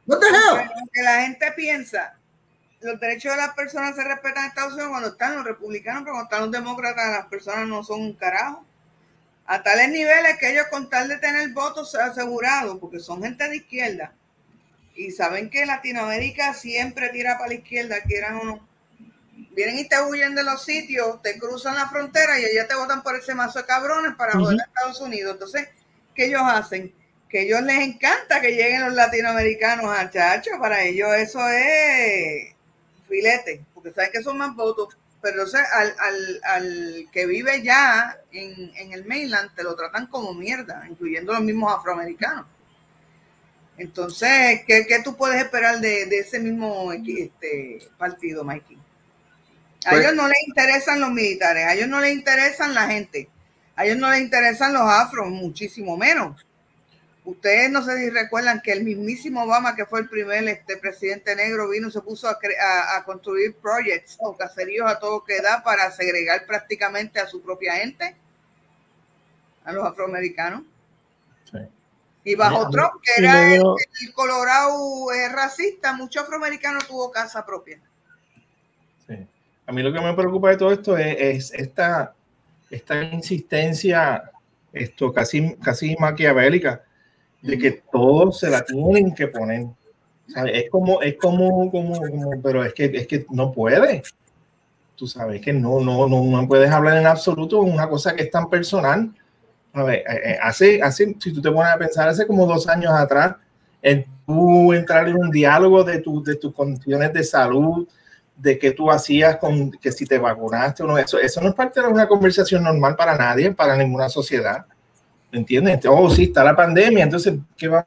What the hell? Que la gente piensa, los derechos de las personas se respetan en Estados Unidos cuando están los republicanos, pero cuando están los demócratas, las personas no son un carajo. A tales niveles que ellos, con tal de tener votos asegurados, porque son gente de izquierda, y saben que Latinoamérica siempre tira para la izquierda, quieran o no, vienen y te huyen de los sitios, te cruzan la frontera y allá te votan por ese mazo de cabrones para joder a Estados Unidos. Entonces, ¿qué ellos hacen? Que a ellos les encanta que lleguen los latinoamericanos a chacho, para ellos eso es filete, porque saben que son más votos. Pero entonces al que vive ya en el mainland te lo tratan como mierda, incluyendo los mismos afroamericanos. Entonces, ¿qué tú puedes esperar de ese mismo partido, Mikey? A ellos no les interesan los militares, a ellos no les interesan la gente, a ellos no les interesan los afros, muchísimo menos. Ustedes no sé si recuerdan que el mismísimo Obama, que fue el primer presidente negro, vino y se puso a construir projects o caseríos a todo que da para segregar prácticamente a su propia gente, a los afroamericanos. Sí. Y bajo Trump, que era el Colorado racista, muchos afroamericanos tuvo casa propia. Sí. A mí lo que me preocupa de todo esto es esta insistencia casi maquiavélica de que todos se la tienen que poner. ¿Sabes? Es como, pero es que no puede. Tú sabes que no puedes hablar en absoluto de una cosa que es tan personal. A ver, si tú te pones a pensar, hace como 2 años atrás, tú entrar en un diálogo de tus condiciones de salud, de qué tú hacías que si te vacunaste o no, eso no es parte de una conversación normal para nadie, para ninguna sociedad. ¿Entiendes? Oh, sí, está la pandemia, entonces, ¿qué va?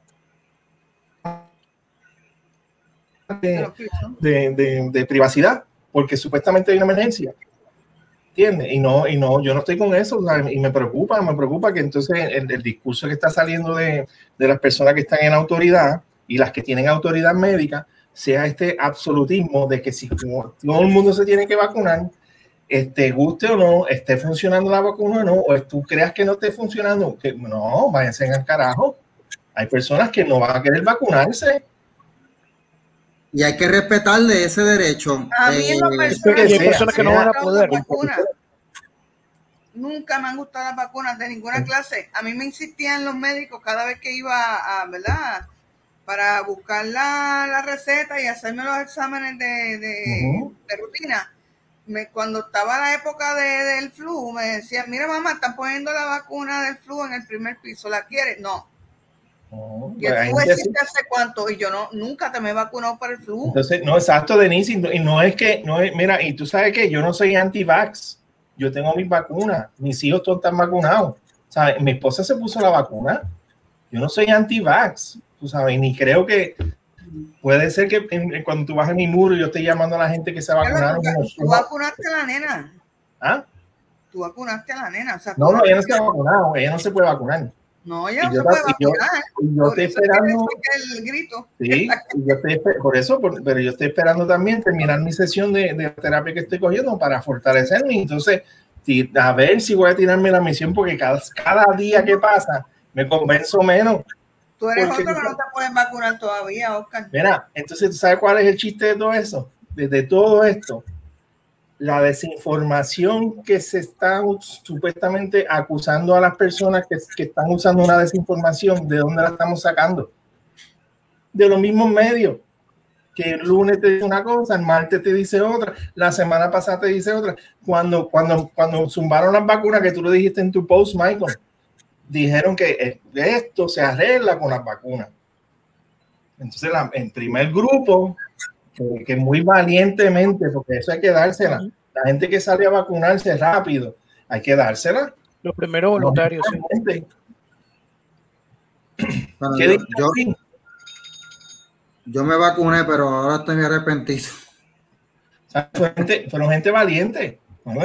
De privacidad, porque supuestamente hay una emergencia. ¿Entiendes? Y no, yo no estoy con eso, ¿sabes? Y me preocupa que entonces el discurso que está saliendo de las personas que están en autoridad y las que tienen autoridad médica sea este absolutismo de que si todo el mundo se tiene que vacunar, guste o no, esté funcionando la vacuna o no, o tú creas que no esté funcionando, que no, váyanse al carajo. Hay personas que no van a querer vacunarse. Y hay que respetarle ese derecho. A mí hay personas que no van a poder. Nunca me han gustado las vacunas de ninguna clase. A mí me insistían los médicos cada vez que iba ¿verdad? Para buscar la receta y hacerme los exámenes de rutina. Cuando estaba la época del flu, me decían, mira mamá, están poniendo la vacuna del flu en el primer piso, ¿la quieres? No. ¿Y el flu existe hace cuánto? Y yo nunca te me he vacunado para el flu. Entonces, no, exacto, Denise, y no es, mira, y tú sabes que yo no soy anti-vax, yo tengo mis vacunas, mis hijos todos están vacunados, ¿sabes? Mi esposa se puso la vacuna, yo no soy anti-vax, tú sabes, ni creo que puede ser que cuando tú vas a mi muro yo estoy llamando a la gente que se vacunaron. ¿Tú vacunaste a la nena? ¿Ah? ¿Tú vacunaste a la nena? O sea, no, ella no se ha vacunado, ella no se puede vacunar. No, ella no se puede vacunar. Yo estoy esperando el grito. Sí, pero yo estoy esperando también terminar mi sesión de terapia que estoy cogiendo para fortalecerme. Entonces, a ver si voy a tirarme la misión, porque cada día que pasa me convenzo menos. Tú eres otro que no te pueden vacunar todavía, Oscar. Mira, entonces, ¿tú sabes cuál es el chiste de todo eso? De todo esto, la desinformación que se está supuestamente acusando a las personas que están usando una desinformación, ¿de dónde la estamos sacando? De los mismos medios, que el lunes te dice una cosa, el martes te dice otra, la semana pasada te dice otra. Cuando zumbaron las vacunas, que tú lo dijiste en tu post, Michael, dijeron que esto se arregla con las vacunas. Entonces, en primer grupo, que muy valientemente, porque eso hay que dársela, la gente que sale a vacunarse rápido, hay que dársela. Los primeros voluntarios. Sí. Yo me vacuné, pero ahora estoy arrepentido. Fueron gente valiente.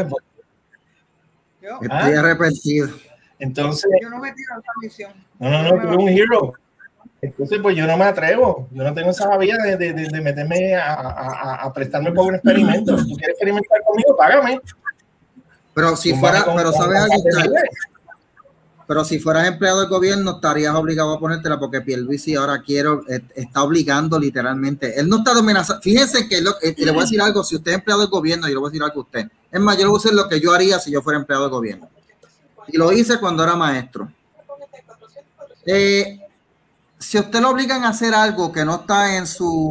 Estoy arrepentido. Entonces, yo no me tiro a esa misión. No, tú eres un hero. Entonces, pues yo no me atrevo. Yo no tengo esa vía de meterme a prestarme por un experimento. Si tú quieres experimentar conmigo, págame. Pero si fuera, pero sabes algo, Pero si fueras empleado del gobierno, estarías obligado a ponértela porque Pierluisi ahora está obligando literalmente. Él no está amenazando. Fíjense que le voy a decir algo, si usted es empleado del gobierno, yo le voy a decir algo a usted. Es más, yo le voy a decir lo que yo haría si yo fuera empleado del gobierno. Y lo hice cuando era maestro. Si usted lo obligan a hacer algo que no está en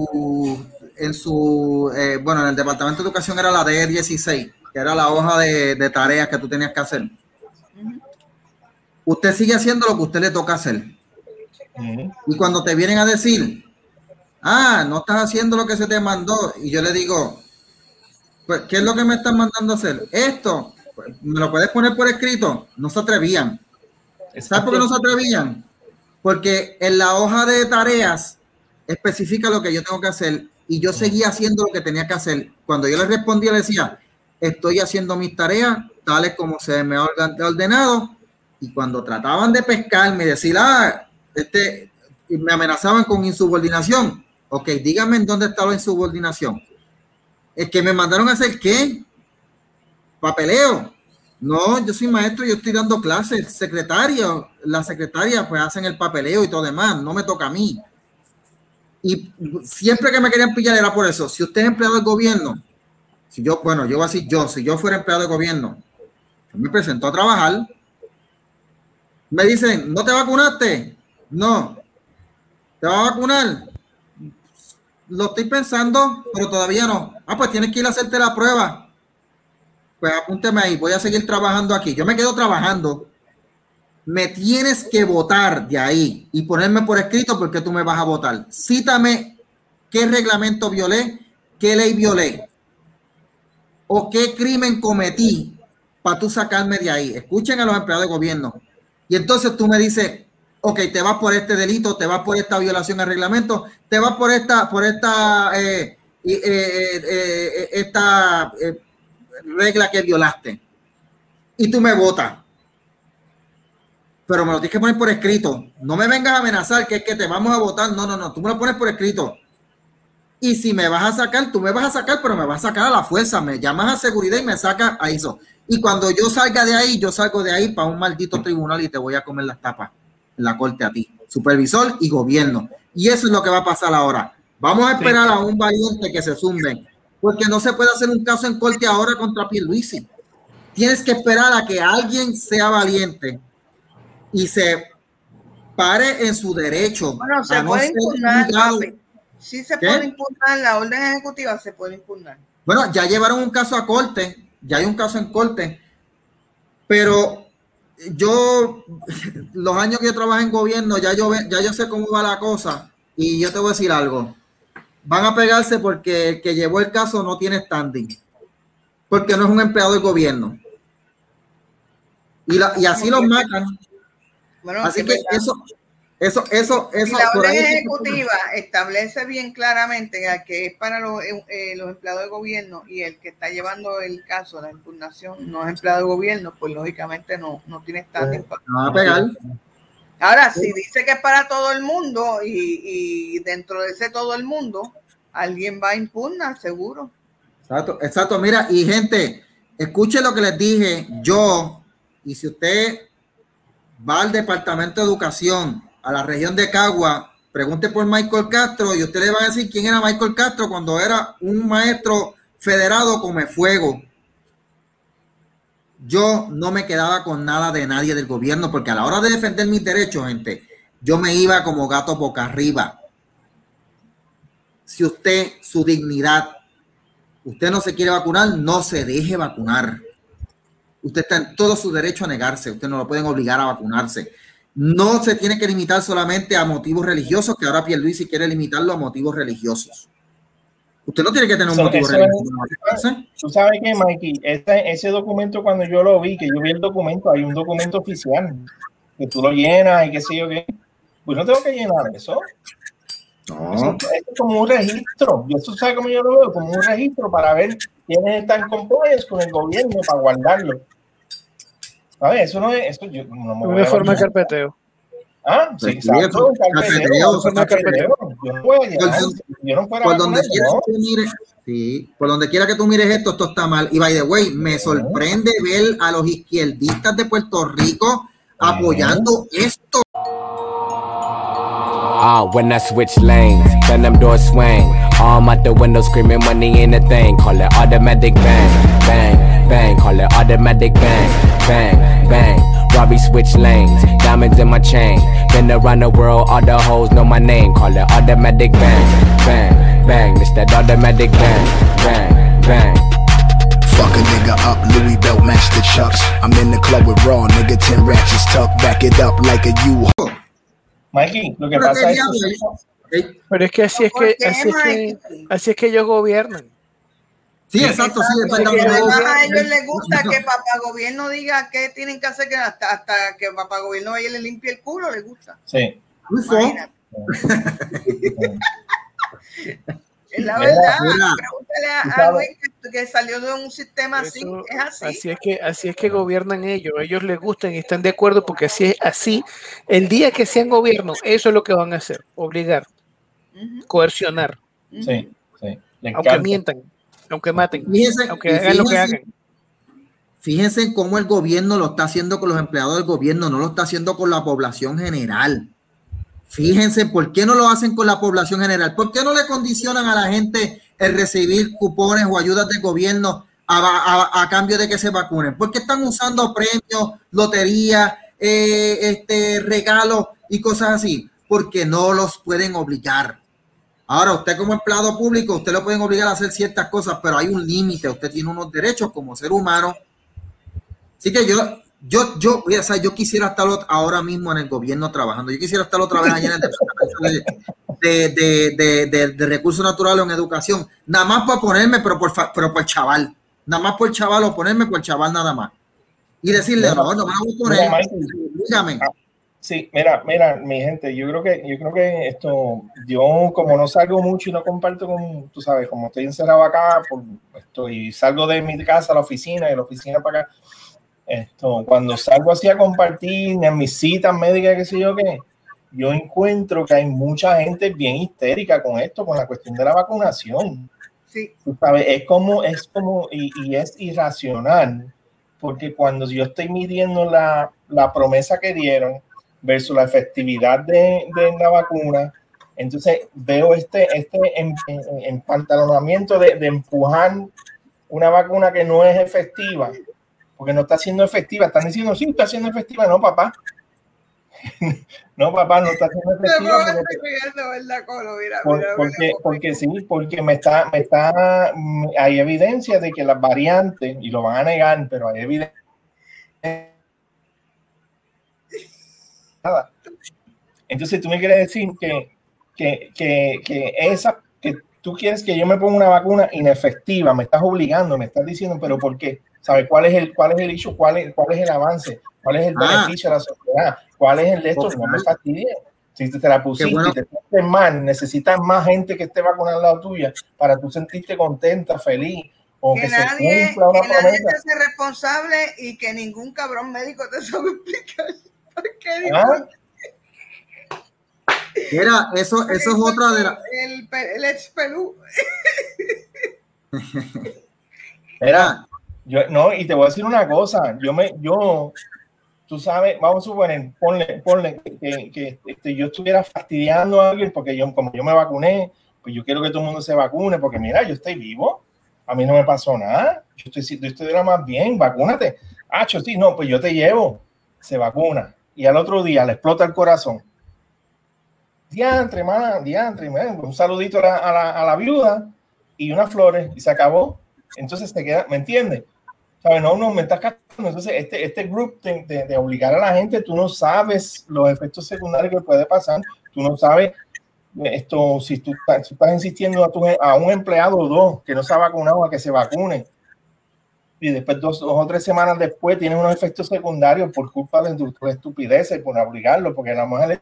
el Departamento de Educación era la D16, que era la hoja de tareas que tú tenías que hacer. Usted sigue haciendo lo que a usted le toca hacer. Y cuando te vienen a decir, no estás haciendo lo que se te mandó, y yo le digo, pues, ¿qué es lo que me están mandando a hacer? Esto, pues, ¿me lo puedes poner por escrito? No se atrevían. ¿Sabes por qué no se atrevían? Porque en la hoja de tareas especifica lo que yo tengo que hacer y yo seguía haciendo lo que tenía que hacer. Cuando yo le respondía, le decía, estoy haciendo mis tareas tales como se me ha ordenado, y cuando trataban de pescarme y decir, me amenazaban con insubordinación. Ok, díganme en dónde está la insubordinación. Es que me mandaron a hacer ¿qué? Papeleo. No, yo soy maestro, yo estoy dando clases, secretario, la secretaria pues hacen el papeleo y todo demás, no me toca a mí. Y siempre que me querían pillar era por eso. Si usted es empleado del gobierno, si yo fuera empleado del gobierno, yo me presento a trabajar, me dicen, ¿no te vacunaste? No. ¿Te vas a vacunar? Lo estoy pensando, pero todavía no. Pues tienes que ir a hacerte la prueba. Pues apúnteme ahí, voy a seguir trabajando aquí. Yo me quedo trabajando. Me tienes que votar de ahí y ponerme por escrito porque tú me vas a votar. Cítame qué reglamento violé, qué ley violé o qué crimen cometí para tú sacarme de ahí. Escuchen a los empleados de gobierno. Y entonces tú me dices, ok, te vas por este delito, te vas por esta violación al reglamento, te vas por esta regla que violaste y tú me votas, pero me lo tienes que poner por escrito. No me vengas a amenazar que es que te vamos a votar. No, tú me lo pones por escrito. Y si me vas a sacar, tú me vas a sacar, pero me vas a sacar a la fuerza. Me llamas a seguridad y me sacas a eso. Y cuando yo salga de ahí, yo salgo de ahí para un maldito tribunal y te voy a comer las tapas en la corte a ti, supervisor y gobierno. Y eso es lo que va a pasar ahora. Vamos a esperar a un valiente que se zumbe, porque no se puede hacer un caso en corte ahora contra Pierluisi. Tienes que esperar a que alguien sea valiente y se pare en su derecho. Bueno, se puede impugnar. Sí se puede impugnar, la orden ejecutiva se puede impugnar. Bueno, ya llevaron un caso a corte, ya hay un caso en corte, pero yo, los años que yo trabajé en gobierno, ya yo sé cómo va la cosa, y yo te voy a decir algo. Van a pegarse porque el que llevó el caso no tiene standing, porque no es un empleado del gobierno. Y así los matan. Bueno, así que eso. Y la orden ejecutiva establece bien claramente que es para los empleados de gobierno, y el que está llevando el caso, la impugnación, no es empleado de gobierno, pues lógicamente no tiene standing. No va a pegar. Ahora, si dice que es para todo el mundo y dentro de ese todo el mundo, alguien va a impugnar, seguro. Exacto. Mira, y gente, escuche lo que les dije yo, y si usted va al Departamento de Educación, a la región de Cagua, pregunte por Michael Castro y usted le va a decir quién era Michael Castro cuando era un maestro federado come fuego. Yo no me quedaba con nada de nadie del gobierno, porque a la hora de defender mis derechos, gente, yo me iba como gato boca arriba. Si usted, su dignidad, usted no se quiere vacunar, no se deje vacunar. Usted está en todo su derecho a negarse. Usted no lo pueden obligar a vacunarse. No se tiene que limitar solamente a motivos religiosos, que ahora Pierluisi quiere limitarlo a motivos religiosos. Usted no tiene que tener un motivo religioso. Tú sabes que, Mikey, ese documento, cuando yo lo vi, que yo vi el documento, hay un documento oficial que tú lo llenas y qué sé yo qué. Pues no tengo que llenar eso. No. Eso es como un registro. Yo, ¿sabes cómo yo lo veo? Como un registro para ver quiénes están compliance con el gobierno para guardarlo. A ver, eso no es. Eso yo no me una forma de carpeteo. Sí, exacto. Carpeteo. Yo no voy a llegar. Yo no fuera por donde quiera que tú mires, sí, por donde quiera que tú mires esto está mal. Y by the way, me sorprende ver a los izquierdistas de Puerto Rico apoyando esto. When I switch lanes, then them doors swing. Arm out the window screaming money ain't a thing. Call it automatic bang, bang, bang. Call it automatic bang, bang, bang. Robbie switch lanes, diamonds in my chain. Been around the world, all the hoes know my name. Call it automatic bang, bang, bang. It's that automatic bang, bang, bang. Fuck a nigga up, Louis belt match the chucks. I'm in the club with Raw, nigga 10 ratchets tucked. Back it up like a U-Haul. Mikey, lo que pasa es que... Pero es que así es que ellos gobiernan. Sí, exacto. Sí, además a ellos les gusta que papá gobierno diga qué tienen que hacer, que hasta que papá gobierno vaya y le limpie el culo, les gusta. Sí. Es la verdad. Pregúntale a Luis que salió de un sistema así. Es así. Así es que gobiernan ellos. Ellos les gustan y están de acuerdo porque así es así. El día que sean gobierno, eso es lo que van a hacer. Obligar. Coercionar. Sí. Aunque mientan. Aunque maten. Aunque hagan lo que hagan. Fíjense cómo el gobierno lo está haciendo con los empleados del gobierno, no lo está haciendo con la población general. Fíjense, ¿por qué no lo hacen con la población general? ¿Por qué no le condicionan a la gente el recibir cupones o ayudas del gobierno a cambio de que se vacunen? ¿Por qué están usando premios, lotería, regalos y cosas así? Porque no los pueden obligar. Ahora, usted como empleado público, usted lo pueden obligar a hacer ciertas cosas, pero hay un límite. Usted tiene unos derechos como ser humano. Así que yo quisiera estar ahora mismo en el gobierno trabajando. Yo quisiera estar otra vez allá en el departamento de recursos naturales en educación. Nada más para ponerme, pero por chaval. Nada más por chaval o ponerme por chaval nada más. Y decirle, no me voy a poner. Dígame. Sí, mira, mi gente, yo creo que esto, yo como no salgo mucho y no comparto con, tú sabes, como estoy encerrado acá, y salgo de mi casa a la oficina y de la oficina para acá, cuando salgo así a compartir en mis citas médicas, qué sé yo qué, yo encuentro que hay mucha gente bien histérica con esto, con la cuestión de la vacunación. Sí. Tú sabes, es como y es irracional, porque cuando yo estoy midiendo la promesa que dieron versus la efectividad de la vacuna, entonces veo este empantalonamiento de empujar una vacuna que no es efectiva, porque no está siendo efectiva. Están diciendo, sí, está siendo efectiva. No, papá. No, papá, no está siendo efectiva. Porque sí, porque hay evidencia de que las variantes, y lo van a negar, pero hay evidencia. Entonces tú me quieres decir que tú quieres que yo me ponga una vacuna inefectiva, me estás obligando, me estás diciendo, pero ¿por qué? ¿Sabes cuál es el issue? ¿Cuál es el avance? ¿Cuál es el beneficio de la sociedad? ¿Cuál es el de esto? No me fastidies. Si te la pusiste, bueno, te sientes mal, necesitas más gente que esté vacunada al lado tuya para tú sentirte contenta, feliz. O que nadie te hace responsable y que ningún cabrón médico te sabe explicar. Mira, eso es otra de las. El ex Pelú. Mira, y te voy a decir una cosa. Tú sabes, vamos a suponer, ponle que yo estuviera fastidiando a alguien porque como yo me vacuné, pues yo quiero que todo el mundo se vacune porque mira, yo estoy vivo, a mí no me pasó nada, yo estoy de la más bien, vacúnate. Sí, no, pues yo te llevo, se vacuna y al otro día le explota el corazón. Diantre, un saludito a la viuda y unas flores y se acabó. Entonces te queda, ¿me entiendes? ¿Sabes? No, me estás captando. Entonces este grupo de obligar a la gente, tú no sabes los efectos secundarios que puede pasar, tú no sabes si tú estás insistiendo a un empleado o dos que no se ha vacunado a que se vacune y después dos o 3 semanas después tiene unos efectos secundarios por culpa de tu estupidez y por obligarlo, porque la mujer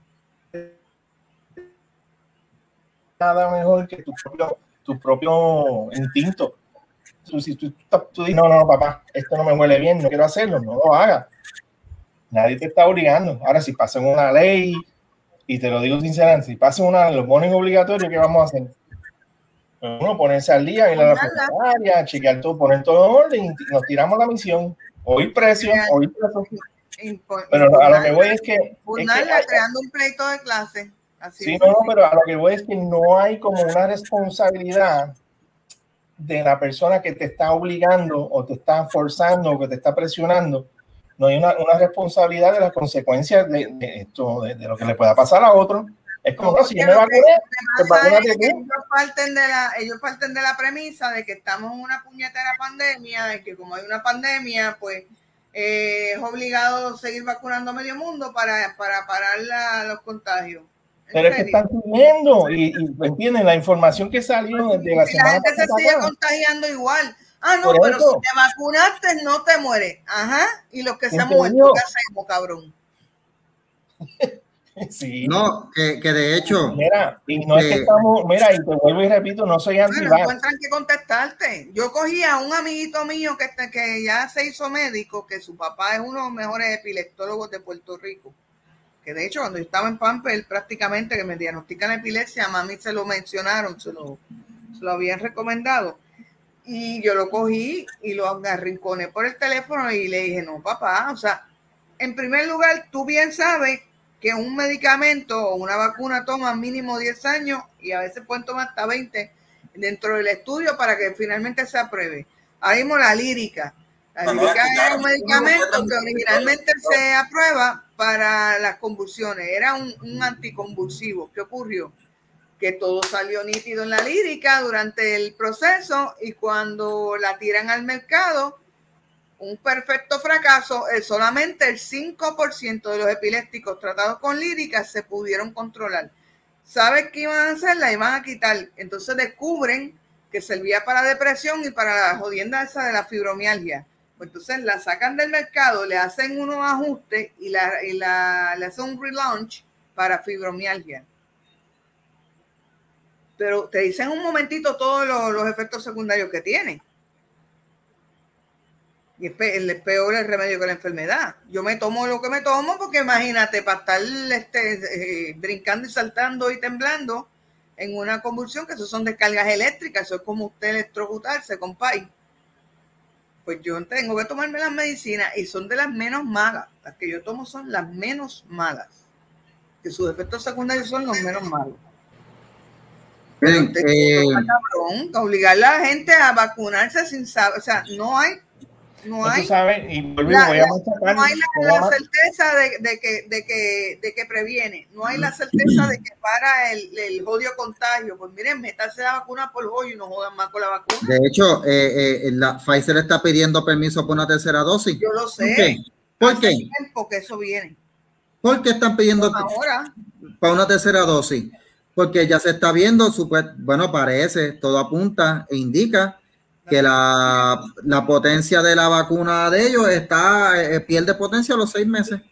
nada mejor que tu propio instinto. Si tú dices, no, papá, esto no me huele bien, no quiero hacerlo, no lo hagas. Nadie te está obligando. Ahora, si pasan una ley, y te lo digo sinceramente, si pasan lo ponen obligatorio, ¿qué vamos a hacer? Uno, ponerse al día, ir a la funcionaria, chequear todo, poner todo en orden y nos tiramos la misión. Oír presión, oír presión. Pero a lo que voy es que creando un pleito de clase. Así sí, no, pero a lo que voy es que no hay como una responsabilidad de la persona que te está obligando o te está forzando o que te está presionando. No hay una responsabilidad de las consecuencias de esto, de lo que le pueda pasar a otro. Es como, no, si yo me vacuné, pues vacúnate tú. Ellos parten de la premisa de que estamos en una puñetera pandemia, de que como hay una pandemia, pues es obligado seguir vacunando a medio mundo para parar los contagios. Pero es que están subiendo y entienden la información que salió desde la semana pasada. La gente se sigue contagiando igual. Ah, no, pero si te vacunaste no te mueres. Ajá. Y los que se han muerto, ¿qué hacemos, cabrón? Sí. No, que de hecho. Mira, y no es que estamos, mira, y te vuelvo y repito, no soy anti-vax. No encuentran que contestarte. Yo cogí a un amiguito mío que ya se hizo médico, que su papá es uno de los mejores epileptólogos de Puerto Rico. Que de hecho, cuando yo estaba en Pampa, él prácticamente que me diagnostican epilepsia, a mami se lo mencionaron, se lo habían recomendado. Y yo lo cogí y lo arrinconé por el teléfono y le dije, no, papá, o sea, en primer lugar, tú bien sabes que un medicamento o una vacuna toma mínimo 10 años y a veces pueden tomar hasta 20 dentro del estudio para que finalmente se apruebe. Ahora mismo la lírica. La lírica es un medicamento que originalmente se aprueba para las convulsiones. Era un anticonvulsivo. ¿Qué ocurrió? Que todo salió nítido en la lírica durante el proceso y cuando la tiran al mercado, un perfecto fracaso, solamente el 5% de los epilépticos tratados con lírica se pudieron controlar. ¿Sabes qué iban a hacer? La iban a quitar. Entonces descubren que servía para depresión y para la jodienda esa de la fibromialgia. Pues entonces la sacan del mercado, le hacen unos ajustes y le hacen un relaunch para fibromialgia. Pero te dicen un momentito todos los efectos secundarios que tiene. Y es peor el remedio que la enfermedad. Yo me tomo lo que me tomo porque imagínate, para estar brincando y saltando y temblando en una convulsión, que eso son descargas eléctricas, eso es como usted electrocutarse, compay. Pues yo tengo que tomarme las medicinas y son de las menos malas. Las que yo tomo son las menos malas. Que sus efectos secundarios son los menos malos. Pero cabrón, obligar a la gente a vacunarse sin saber, o sea, no hay no hay la certeza de que previene, no hay la certeza de que para el jodido contagio. Pues miren, métanse la vacuna por hoyo y no jodan más con la vacuna. De hecho, la Pfizer está pidiendo permiso por una tercera dosis. Yo lo sé. ¿Por qué? Porque eso viene. ¿Por qué están pidiendo ahora para una tercera dosis? Porque ya se está viendo, bueno, parece, todo apunta e indica que la potencia de la vacuna de ellos pierde potencia a los 6 meses.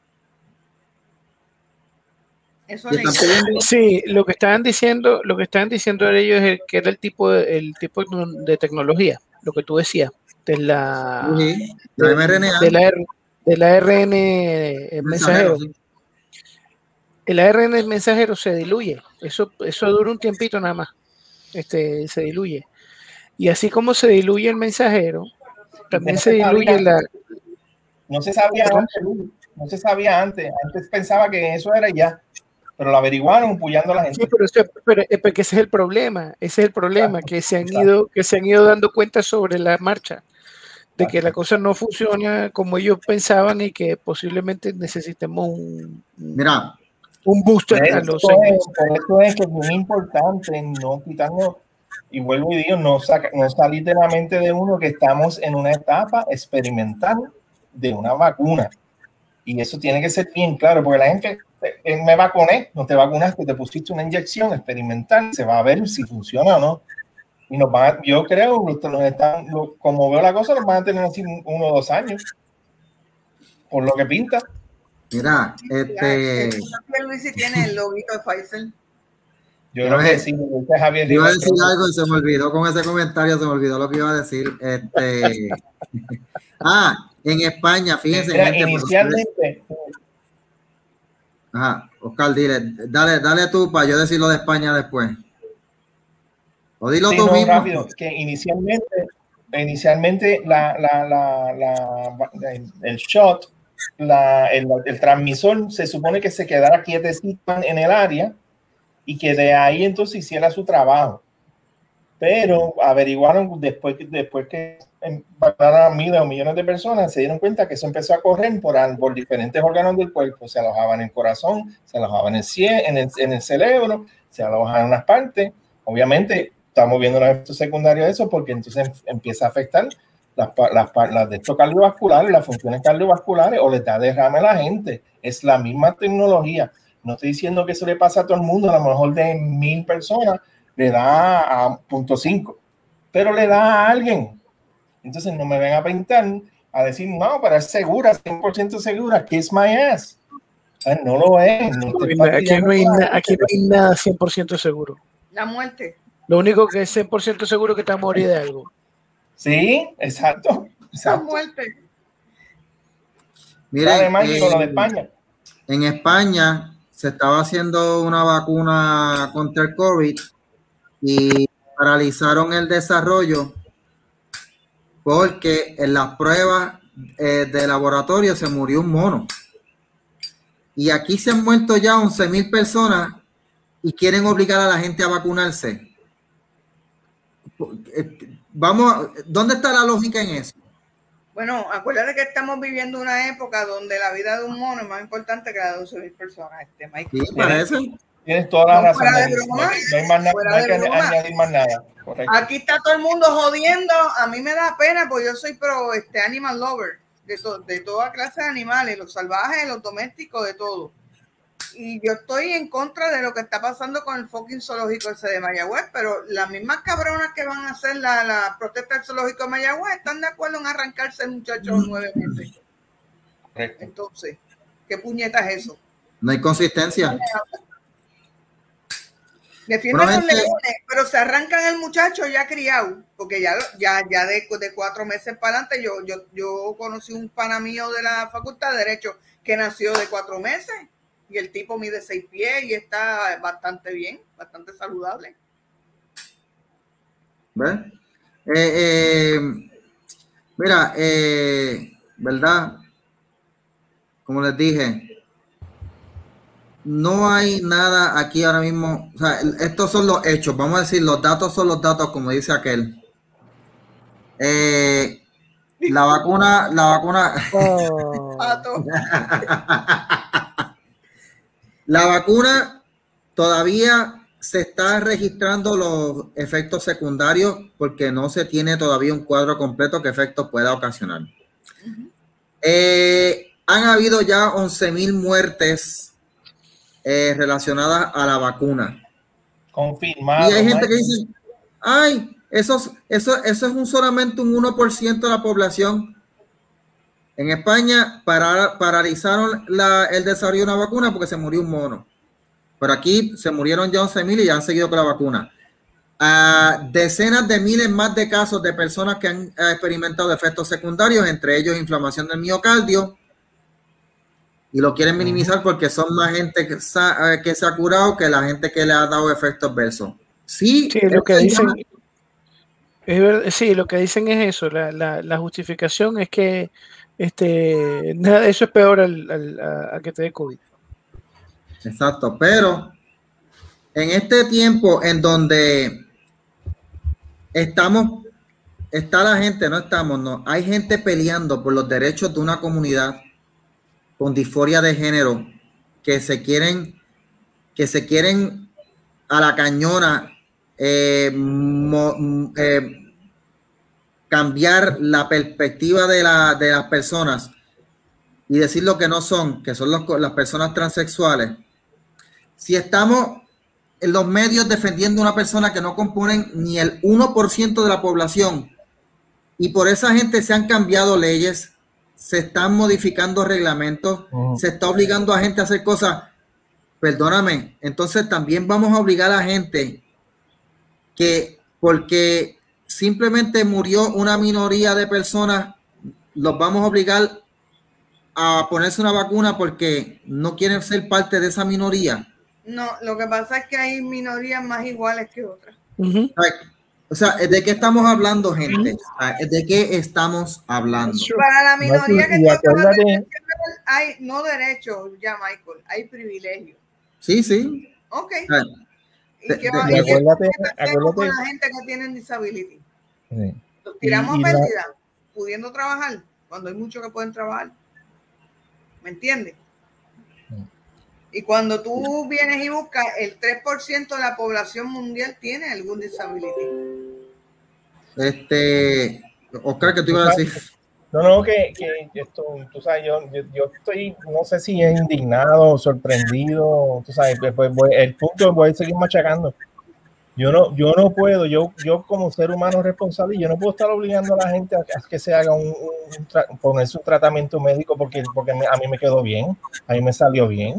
Eso sí, lo que estaban diciendo de ellos es que era el tipo de tecnología, lo que tú decías, de la mRNA, de la ARN mensajero. Sí. El ARN mensajero se diluye, eso dura un tiempito nada más, se diluye. Y así como se diluye el mensajero, también se diluye No se sabía antes. Antes pensaba que eso era ya, pero lo averiguaron puyando a la gente. Sí, pero ese es el problema. Ese es el problema, que se han ido dando cuenta sobre la marcha de que la cosa no funciona como ellos pensaban y que posiblemente necesitemos un booster a los 6 meses. Por eso es que es muy importante no quitarnos. Y vuelvo y digo, no salir de la mente de uno que estamos en una etapa experimental de una vacuna. Y eso tiene que ser bien claro, porque la gente, me vacuné, no te vacunaste, te pusiste una inyección experimental, se va a ver si funciona o no. Y yo creo, como veo la cosa, nos van a tener así 1 o 2 años, por lo que pinta. Mira, Luis tiene el loguito de Pfizer. Yo iba a decir algo y se me olvidó con ese comentario, se me olvidó lo que iba a decir. En España, fíjense. Mira, inicialmente. Oscar, dale tú para yo decirlo de España después. O dilo tú mismo. Rápido, que inicialmente el shot el transmisor se supone que se quedara quietecito en el área y que de ahí entonces hiciera su trabajo. Pero averiguaron después que mataron a miles o millones de personas, se dieron cuenta que eso empezó a correr por diferentes órganos del cuerpo. Se alojaba en el corazón, se alojaba en el cerebro, se alojaba en unas partes. Obviamente estamos viendo los efectos secundarios de eso porque entonces empieza a afectar las de estos cardiovasculares, las funciones cardiovasculares, o le da derrame a la gente. Es la misma tecnología. No estoy diciendo que eso le pasa a todo el mundo, a lo mejor de 1,000 personas le da a 0.5, pero le da a alguien. Entonces no me ven a pintar a decir, no, pero es segura, 100% segura, kiss my ass. No lo es. No aquí no hay nada 100% seguro. La muerte. Lo único que es 100% seguro es que te vas a morir de algo. Sí, exacto. La muerte. Miren, lo de España. En España se estaba haciendo una vacuna contra el COVID y paralizaron el desarrollo porque en las pruebas de laboratorio se murió un mono. Y aquí se han muerto ya 11,000 personas y quieren obligar a la gente a vacunarse. ¿Dónde está la lógica en eso? Bueno, acuérdate que estamos viviendo una época donde la vida de un mono es más importante que la de 11,000 personas. Sí, parece. Tienes toda la razón. No hay más nada, no hay que añadir más nada. Correcto. Aquí está todo el mundo jodiendo. A mí me da pena porque yo soy pro animal lover de toda clase de animales, los salvajes, los domésticos, de todo. Y yo estoy en contra de lo que está pasando con el fucking zoológico ese de Mayagüez, pero las mismas cabronas que van a hacer la protesta del zoológico de Mayagüez están de acuerdo en arrancarse el muchacho 9 meses. Correcto. Entonces, ¿qué puñeta es eso? No hay consistencia. Defienden los leones, pero se arrancan el muchacho ya criado, porque ya de 4 meses para adelante, yo conocí un pana mío de la Facultad de Derecho que nació de 4 meses y el tipo mide 6 pies y está bastante bien, bastante saludable. ¿Ves? Mira, ¿verdad? Como les dije, no hay nada aquí ahora mismo. O sea, estos son los hechos. Vamos a decir, los datos son los datos, como dice aquel. La vacuna. Oh. La vacuna todavía se está registrando los efectos secundarios porque no se tiene todavía un cuadro completo que efectos pueda ocasionar. Han habido ya 11,000 muertes relacionadas a la vacuna. Confirmado. Y hay gente que dice, ay, eso es solamente un 1% de la población. En España paralizaron el desarrollo de una vacuna porque se murió un mono. Pero aquí se murieron ya 11,000 y ya han seguido con la vacuna. Decenas de miles más de casos de personas que han experimentado efectos secundarios, entre ellos inflamación del miocardio, y lo quieren minimizar porque son más gente que se ha curado que la gente que le ha dado efectos adversos. Sí, lo que dicen. Sí, lo que dicen es eso. La justificación es que nada, eso es peor a que te dé COVID. Exacto, pero en este tiempo en donde está la gente, hay gente peleando por los derechos de una comunidad con disforia de género que se quieren a la cañona cambiar la perspectiva de las personas y decir lo que no son, que son las personas transexuales. Si estamos en los medios defendiendo a una persona que no componen ni el 1% de la población y por esa gente se han cambiado leyes, se están modificando reglamentos, se está obligando a gente a hacer cosas, perdóname, entonces también vamos a obligar a la gente que porque simplemente murió una minoría de personas, los vamos a obligar a ponerse una vacuna porque no quieren ser parte de esa minoría. No, lo que pasa es que hay minorías más iguales que otras. O sea, ¿de qué estamos hablando, gente? ¿De qué estamos hablando? Para la minoría que hay no derechos, ya Michael, hay privilegios. Sí, sí. Ok. ¿Y acuérdate con la gente que tienen disability? Sí. Los tiramos a pérdida, pudiendo trabajar, cuando hay muchos que pueden trabajar. ¿Me entiendes? Y cuando tú vienes y buscas, el 3% de la población mundial tiene algún disability. Oscar, ¿qué te iba a decir? No, que esto, tú sabes, yo estoy, no sé si es indignado, sorprendido, tú sabes, pues el punto voy a seguir machacando. Yo no puedo, yo como ser humano responsable, yo no puedo estar obligando a la gente a que se haga ponerse un tratamiento médico porque a mí me quedó bien, a mí me salió bien.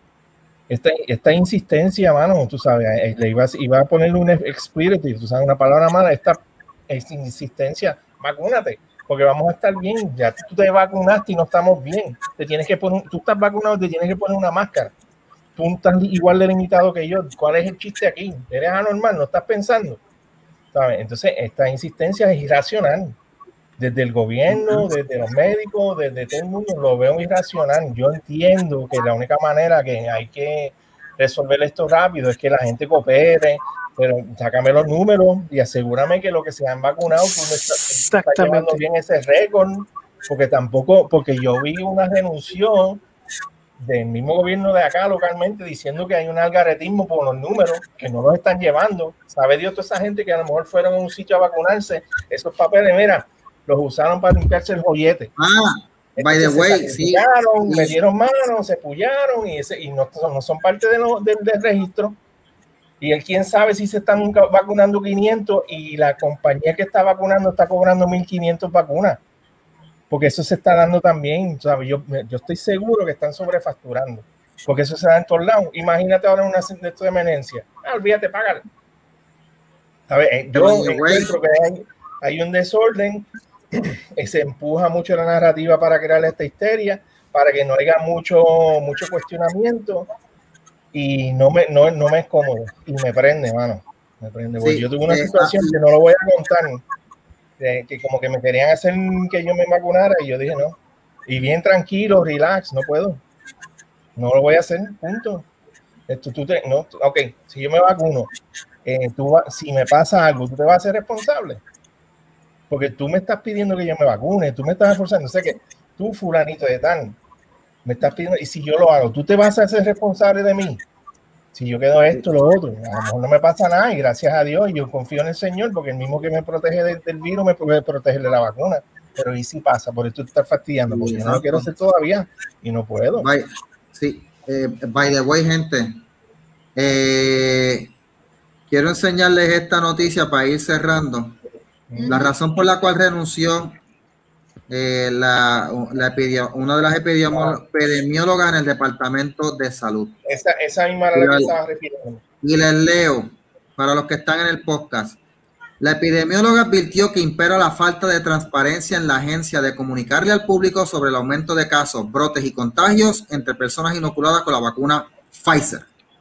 Esta insistencia, mano, tú sabes, le iba a ponerle un expletive, tú sabes, una palabra mala, esta insistencia, vacúnate, porque vamos a estar bien. Ya tú te vacunaste y no estamos bien. Tú estás vacunado, te tienes que poner una máscara. Tú estás igual de limitado que yo. ¿Cuál es el chiste aquí? Eres anormal, no estás pensando, ¿sabes? Entonces, esta insistencia es irracional. Desde el gobierno, desde los médicos, desde todo el mundo, lo veo irracional. Yo entiendo que la única manera que hay que resolver esto rápido es que la gente coopere, pero sácame los números y asegúrame que los que se han vacunado, tú me estás llevando bien ese récord, porque yo vi una renunción del mismo gobierno de acá localmente diciendo que hay un algaretismo por los números, que no los están llevando. ¿Sabe Dios toda esa gente que a lo mejor fueron a un sitio a vacunarse? Esos papeles, mira, los usaron para limpiarse el joyete. By the way, sí. Me dieron mano, se pullaron y no son parte del registro. Y él, quién sabe si se están vacunando 500 y la compañía que está vacunando está cobrando 1.500 vacunas. Porque eso se está dando también, ¿sabes? Yo estoy seguro que están sobrefacturando. Porque eso se da en todos lados. Imagínate ahora una de emergencia. Olvídate, págale. ¿Sabes? Yo encuentro que hay un desorden. Se empuja mucho la narrativa para crear esta histeria, para que no haya mucho cuestionamiento y no me es cómodo y me prende, mano, me prende. Sí, yo tuve una situación que no lo voy a contar, que como que me querían hacer que yo me vacunara y yo dije no, y bien tranquilo, relax, no puedo, no lo voy a hacer, punto. Ok, si yo me vacuno, si me pasa algo, ¿tú te vas a hacer responsable? Porque tú me estás pidiendo que yo me vacune, tú me estás esforzando, o sea que tú, fulanito de tal, me estás pidiendo, y si yo lo hago, tú te vas a hacer responsable de mí. Si yo quedo esto, lo otro, a lo mejor no me pasa nada, y gracias a Dios, yo confío en el Señor, porque el mismo que me protege del virus me puede proteger de la vacuna. Pero ¿y si pasa? Por eso tú estás fastidiando, porque yo no lo quiero hacer todavía, y no puedo. By the way, gente, quiero enseñarles esta noticia para ir cerrando. La razón por la cual renunció una de las epidemiólogas en el Departamento de Salud. Esa misma era la que estaba refiriendo. Y les leo, para los que están en el podcast. La epidemióloga advirtió que impera la falta de transparencia en la agencia de comunicarle al público sobre el aumento de casos, brotes y contagios entre personas inoculadas con la vacuna Pfizer.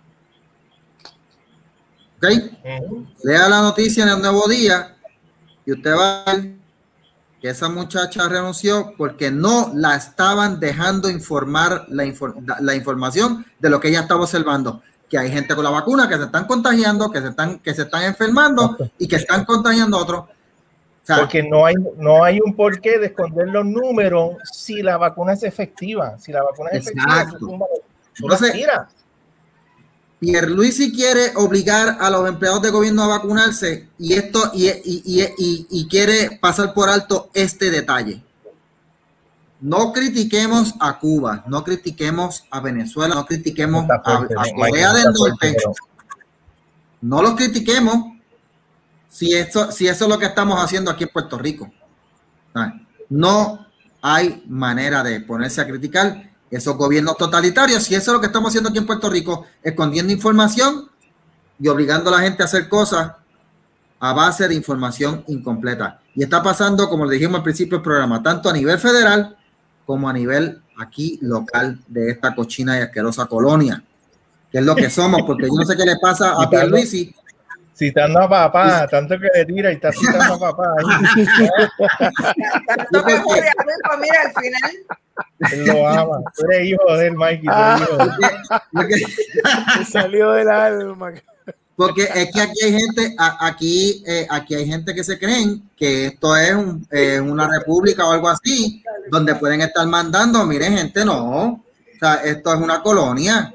¿Ok? Lea la noticia en El Nuevo Día y usted va a ver que esa muchacha renunció porque no la estaban dejando informar la información de lo que ella estaba observando, que hay gente con la vacuna que se están contagiando, que se están enfermando y que están contagiando a otros. O sea, porque no hay un porqué de esconder los números si la vacuna es efectiva. Si la vacuna es efectiva, entonces, Pierluisi quiere obligar a los empleados de gobierno a vacunarse y quiere pasar por alto este detalle. No critiquemos a Cuba, no critiquemos a Venezuela, no critiquemos a Corea del Norte. No los critiquemos si eso es lo que estamos haciendo aquí en Puerto Rico. No hay manera de ponerse a criticar esos gobiernos totalitarios, si eso es lo que estamos haciendo aquí en Puerto Rico, escondiendo información y obligando a la gente a hacer cosas a base de información incompleta. Y está pasando, como le dijimos al principio del programa, tanto a nivel federal como a nivel aquí local de esta cochina y asquerosa colonia, que es lo que somos, porque yo no sé qué le pasa a Pierluisi, Citando a papá, tanto que le tira y está citando a papá. Tanto que voy a ver, pues mira, al final. Él lo ama. Tú eres hijo de él, Mikey. Tú eres hijo de él. Me salió del alma. Porque es que aquí hay gente, aquí hay gente que se creen que esto es una república o algo así, donde pueden estar mandando. Miren, gente, no. O sea, esto es una colonia.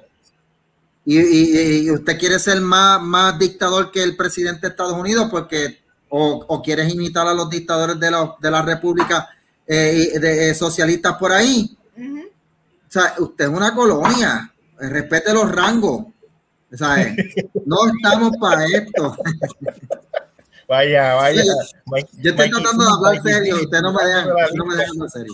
Y usted quiere ser más dictador que el presidente de Estados Unidos porque o quieres imitar a los dictadores de la república socialistas por ahí. O sea, usted es una colonia. Respete los rangos. ¿Sabes? No estamos para esto. Vaya. Yo estoy tratando de hablar serio. Ustedes no me dejan hablar serio.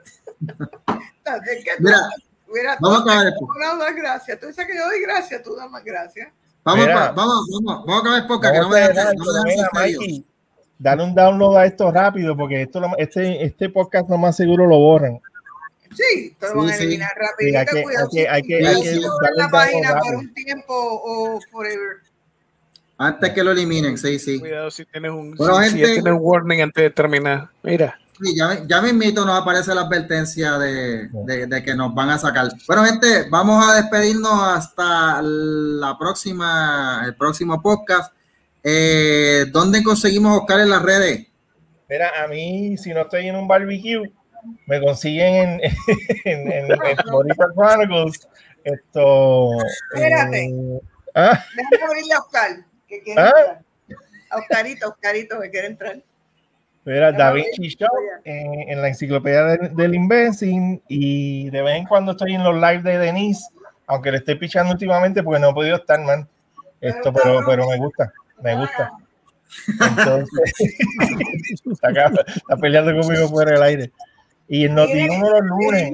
Mira, vamos a acabar esto. No das gracias. Tú dices que yo doy gracias, tú das más gracias. Vamos a acabar el podcast. Que no me dejan Mikey, dale un download a esto rápido porque este podcast lo más seguro lo borran. Sí, te lo van a eliminar rápido. Hay que darle la página por un tiempo o forever. Antes que lo eliminen, sí. Cuidado si tienes un warning antes de terminar. Mira. Sí, ya mismito nos aparece la advertencia de que nos van a sacar. Bueno, gente, vamos a despedirnos hasta el próximo podcast. ¿Dónde conseguimos a Oscar en las redes? Mira, a mí, si no estoy en un barbecue, me consiguen en Boricua Chronicles. Espérate. Déjame abrirle a Oscar. Que quiere entrar. A Oscarito que quiere entrar. Mira, Da Vinci Show en la enciclopedia del Investing y de vez en cuando estoy en los live de Denise, aunque le estoy pichando últimamente porque no he podido estar, man. Pero me gusta. Entonces, está peleando conmigo fuera del aire. Y en Noti1 los lunes.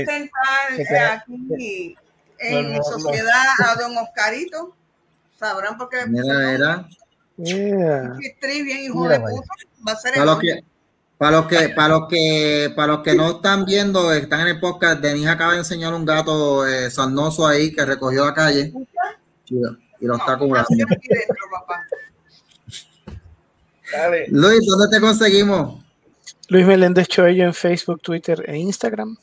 Aquí en mi sociedad a don Oscarito. Sabrán por qué. Mira. Bien, hijo de puta. Va a ser para los que no están viendo, están en el podcast, Denise acaba de enseñar un gato sarnoso ahí que recogió la calle y lo está cobrando. Luis, ¿dónde te conseguimos? Luis Meléndez Choello en Facebook, Twitter e Instagram.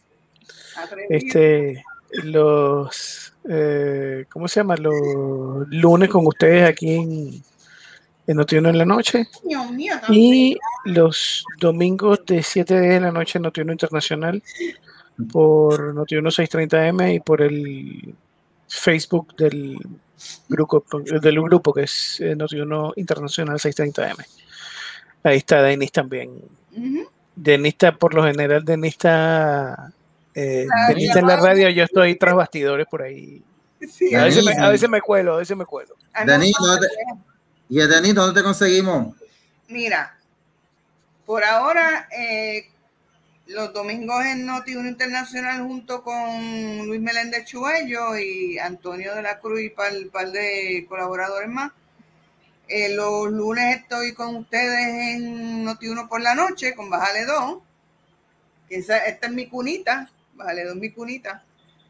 ¿Cómo se llama? Los lunes con ustedes aquí en Noti1 en la noche y los domingos de 7 de la noche en Noti1 Internacional por Noti1 630M y por el Facebook del grupo que es Noti1 Internacional 630M. Ahí está Denis también. Denis está, por lo general, Denis está en la radio, yo estoy tras bastidores por ahí. Sí, a veces me cuelo. Denis, ¿y Denis, dónde te conseguimos? Mira, por ahora, los domingos en Noti1 Internacional junto con Luis Meléndez Chuello y Antonio de la Cruz y un par de colaboradores más. Los lunes estoy con ustedes en Noti1 por la noche con Bájale 2. Esta es mi cunita. Bájale 2 mi cunita.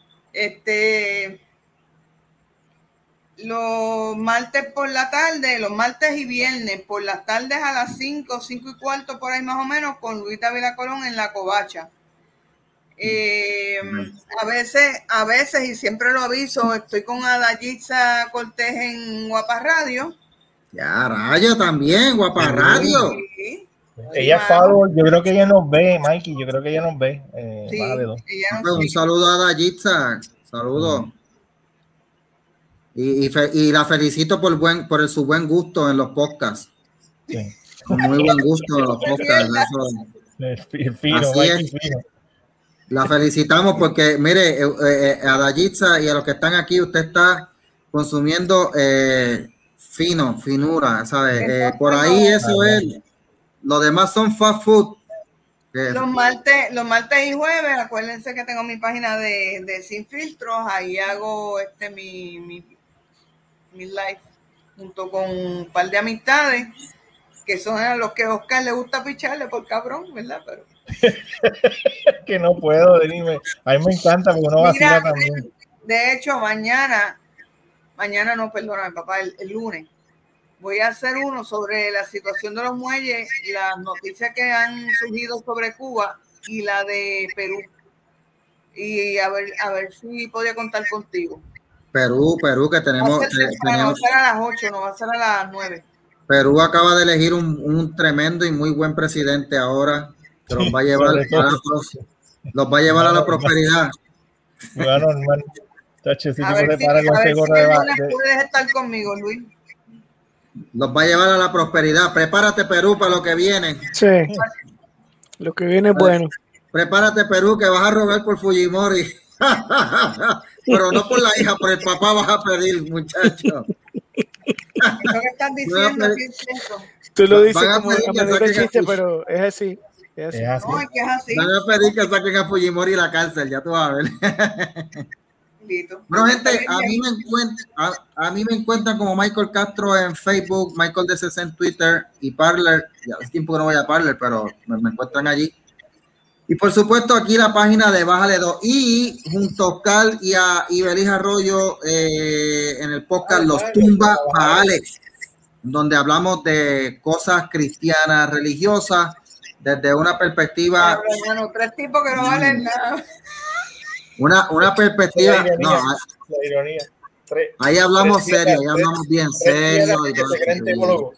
Los martes por la tarde, los martes y viernes por las tardes a las 5:15 por ahí más o menos, con Luis Dávila Colón en La Covacha. A veces, y siempre lo aviso, estoy con Adayitza Cortés en Guapa Radio. Ya, rayo también, Guapa Radio. Sí. Ella follow, yo creo que ella nos ve, Mikey, yo creo que ella nos ve. Sí, un saludo a Adayitza, saludos. Y la felicito por su buen gusto en los podcasts. Sí. Muy buen gusto en los podcasts. Así es. La felicitamos porque, mire, a Dayitza y a los que están aquí, usted está consumiendo finura, ¿sabes? Por ahí eso es. Lo demás son fast food. Los martes y jueves, acuérdense que tengo mi página de Sin Filtros, ahí hago mi live junto con un par de amistades que son a los que a Oscar le gusta picharle por cabrón, ¿verdad? Pero que no puedo, dime. A mí me encanta porque uno vacila también. De hecho, mañana no, perdóname, papá, el lunes voy a hacer uno sobre la situación de los muelles, las noticias que han surgido sobre Cuba y la de Perú. Y a ver si podía contar contigo. Perú, que tenemos... Va a ser a las 8, no va a ser a las 9. Perú acaba de elegir un tremendo y muy buen presidente ahora, que los va a llevar a la prosperidad. Bueno, hermano. Chacho, si a ver si puedes estar conmigo, Luis. Los va a llevar a la prosperidad. Prepárate, Perú, para lo que viene. Sí, lo que viene es bueno. Prepárate, Perú, que vas a rogar por Fujimori. Pero no por la hija, por el papá vas a pedir, muchacho. ¿Qué están diciendo? Tú lo dices como a manera de chiste, pero es así. No, es que es así. Van a pedir que saquen a Fujimori de la cárcel, ya tú vas a ver. Bueno, gente, a mí me encuentran como Michael Castro en Facebook, Michael DC en Twitter y Parler. Ya hace tiempo que no voy a Parler, pero me encuentran allí. Y por supuesto aquí la página de Bájale 2 y junto a Oscar y a Ibeliz Arroyo en el podcast Los Tumba Baales, donde hablamos de cosas cristianas, religiosas, desde una perspectiva... Bueno, 3 tipos que no valen nada. Una perspectiva... No, la ironía. Ahí hablamos serio, ahí hablamos bien serio. Y todo.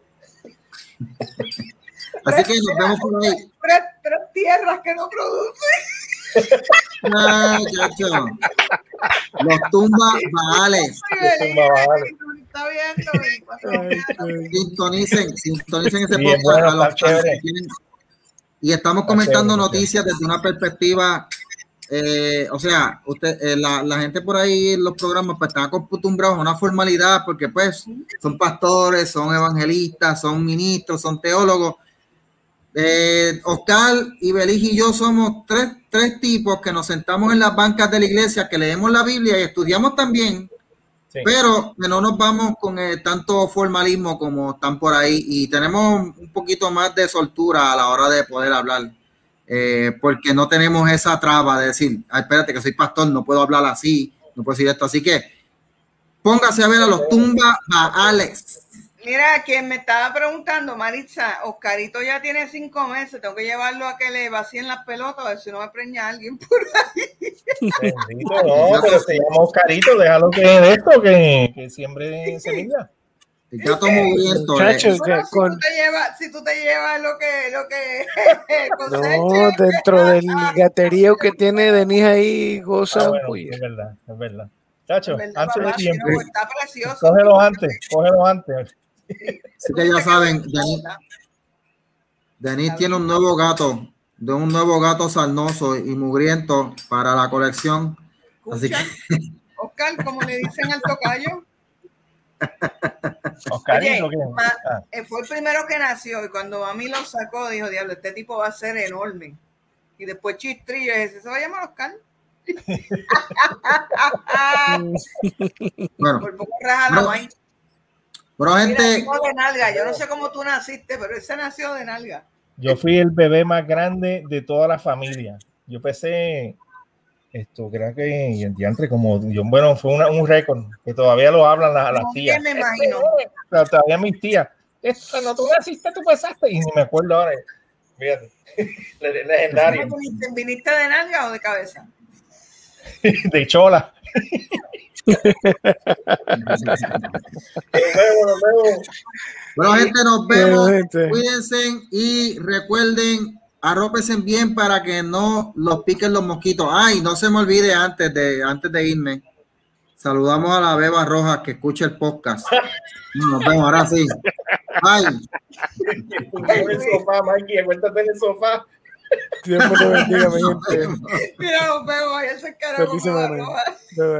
Así que nos vemos por ahí. 3 tierras que no producen. Ay, chacho. Los Tumba Baales. Está viendo. Sintonicen ese podcast a los que tienen. Y estamos comentando noticias desde una perspectiva. O sea, la gente por ahí en los programas pues están acostumbrados a una formalidad porque pues son pastores, son evangelistas, son ministros, son teólogos. Oscar, Ibeliz y yo somos tres tipos que nos sentamos en las bancas de la iglesia, que leemos la Biblia y estudiamos también, sí, pero que no nos vamos con tanto formalismo como están por ahí y tenemos un poquito más de soltura a la hora de poder hablar, porque no tenemos esa traba de decir, espérate que soy pastor, no puedo hablar así, no puedo decir esto, así que póngase a ver a los Tumba Baales. Mira, quien me estaba preguntando, Maritza, Oscarito ya tiene 5 meses, tengo que llevarlo a que le vacíen las pelotas, a ver si no me preña alguien por ahí. Bendito, no, pero se llama Oscarito, déjalo que de esto, que siembre semilla. Ya tomo viento. Si tú te llevas lo que no, dentro del gaterío que tiene Denise ahí, goza. Bueno, es verdad. Chacho, antes de tiempo. Está precioso. Cógelo antes. Así que ya saben, Denise tiene un nuevo gato sarnoso y mugriento para la colección. Así que... Oscar, como le dicen al tocayo. Oscarito, fue el primero que nació y cuando mami lo sacó dijo, diablo, este tipo va a ser enorme. Y después Chistrillo ese se va a llamar Oscar. Bueno, por poco raja la vaina. Pero gente, de nalga. Yo no sé cómo tú naciste, pero ese nació de nalga. Yo fui el bebé más grande de toda la familia. Yo pesé creo que entre como bueno, fue un récord que todavía lo hablan las tías. Me imagino. Todavía mis tías. Cuando tú naciste, tú pesaste y ni me acuerdo ahora. Fíjate, legendario. ¿Viniste de nalga o de cabeza? De chola. Nos vemos. Bueno, gente, nos vemos. Cuídense y recuerden, arrópense bien para que no los piquen los mosquitos. Ay, no se me olvide antes de irme. Saludamos a la Beba Rojas que escucha el podcast. Nos vemos, ahora sí. Ay. En el sofá, Mikey, acuéstate en el sofá. Dios me lo bendiga, mi gente. Mira, nos vemos. Ahí se encargó.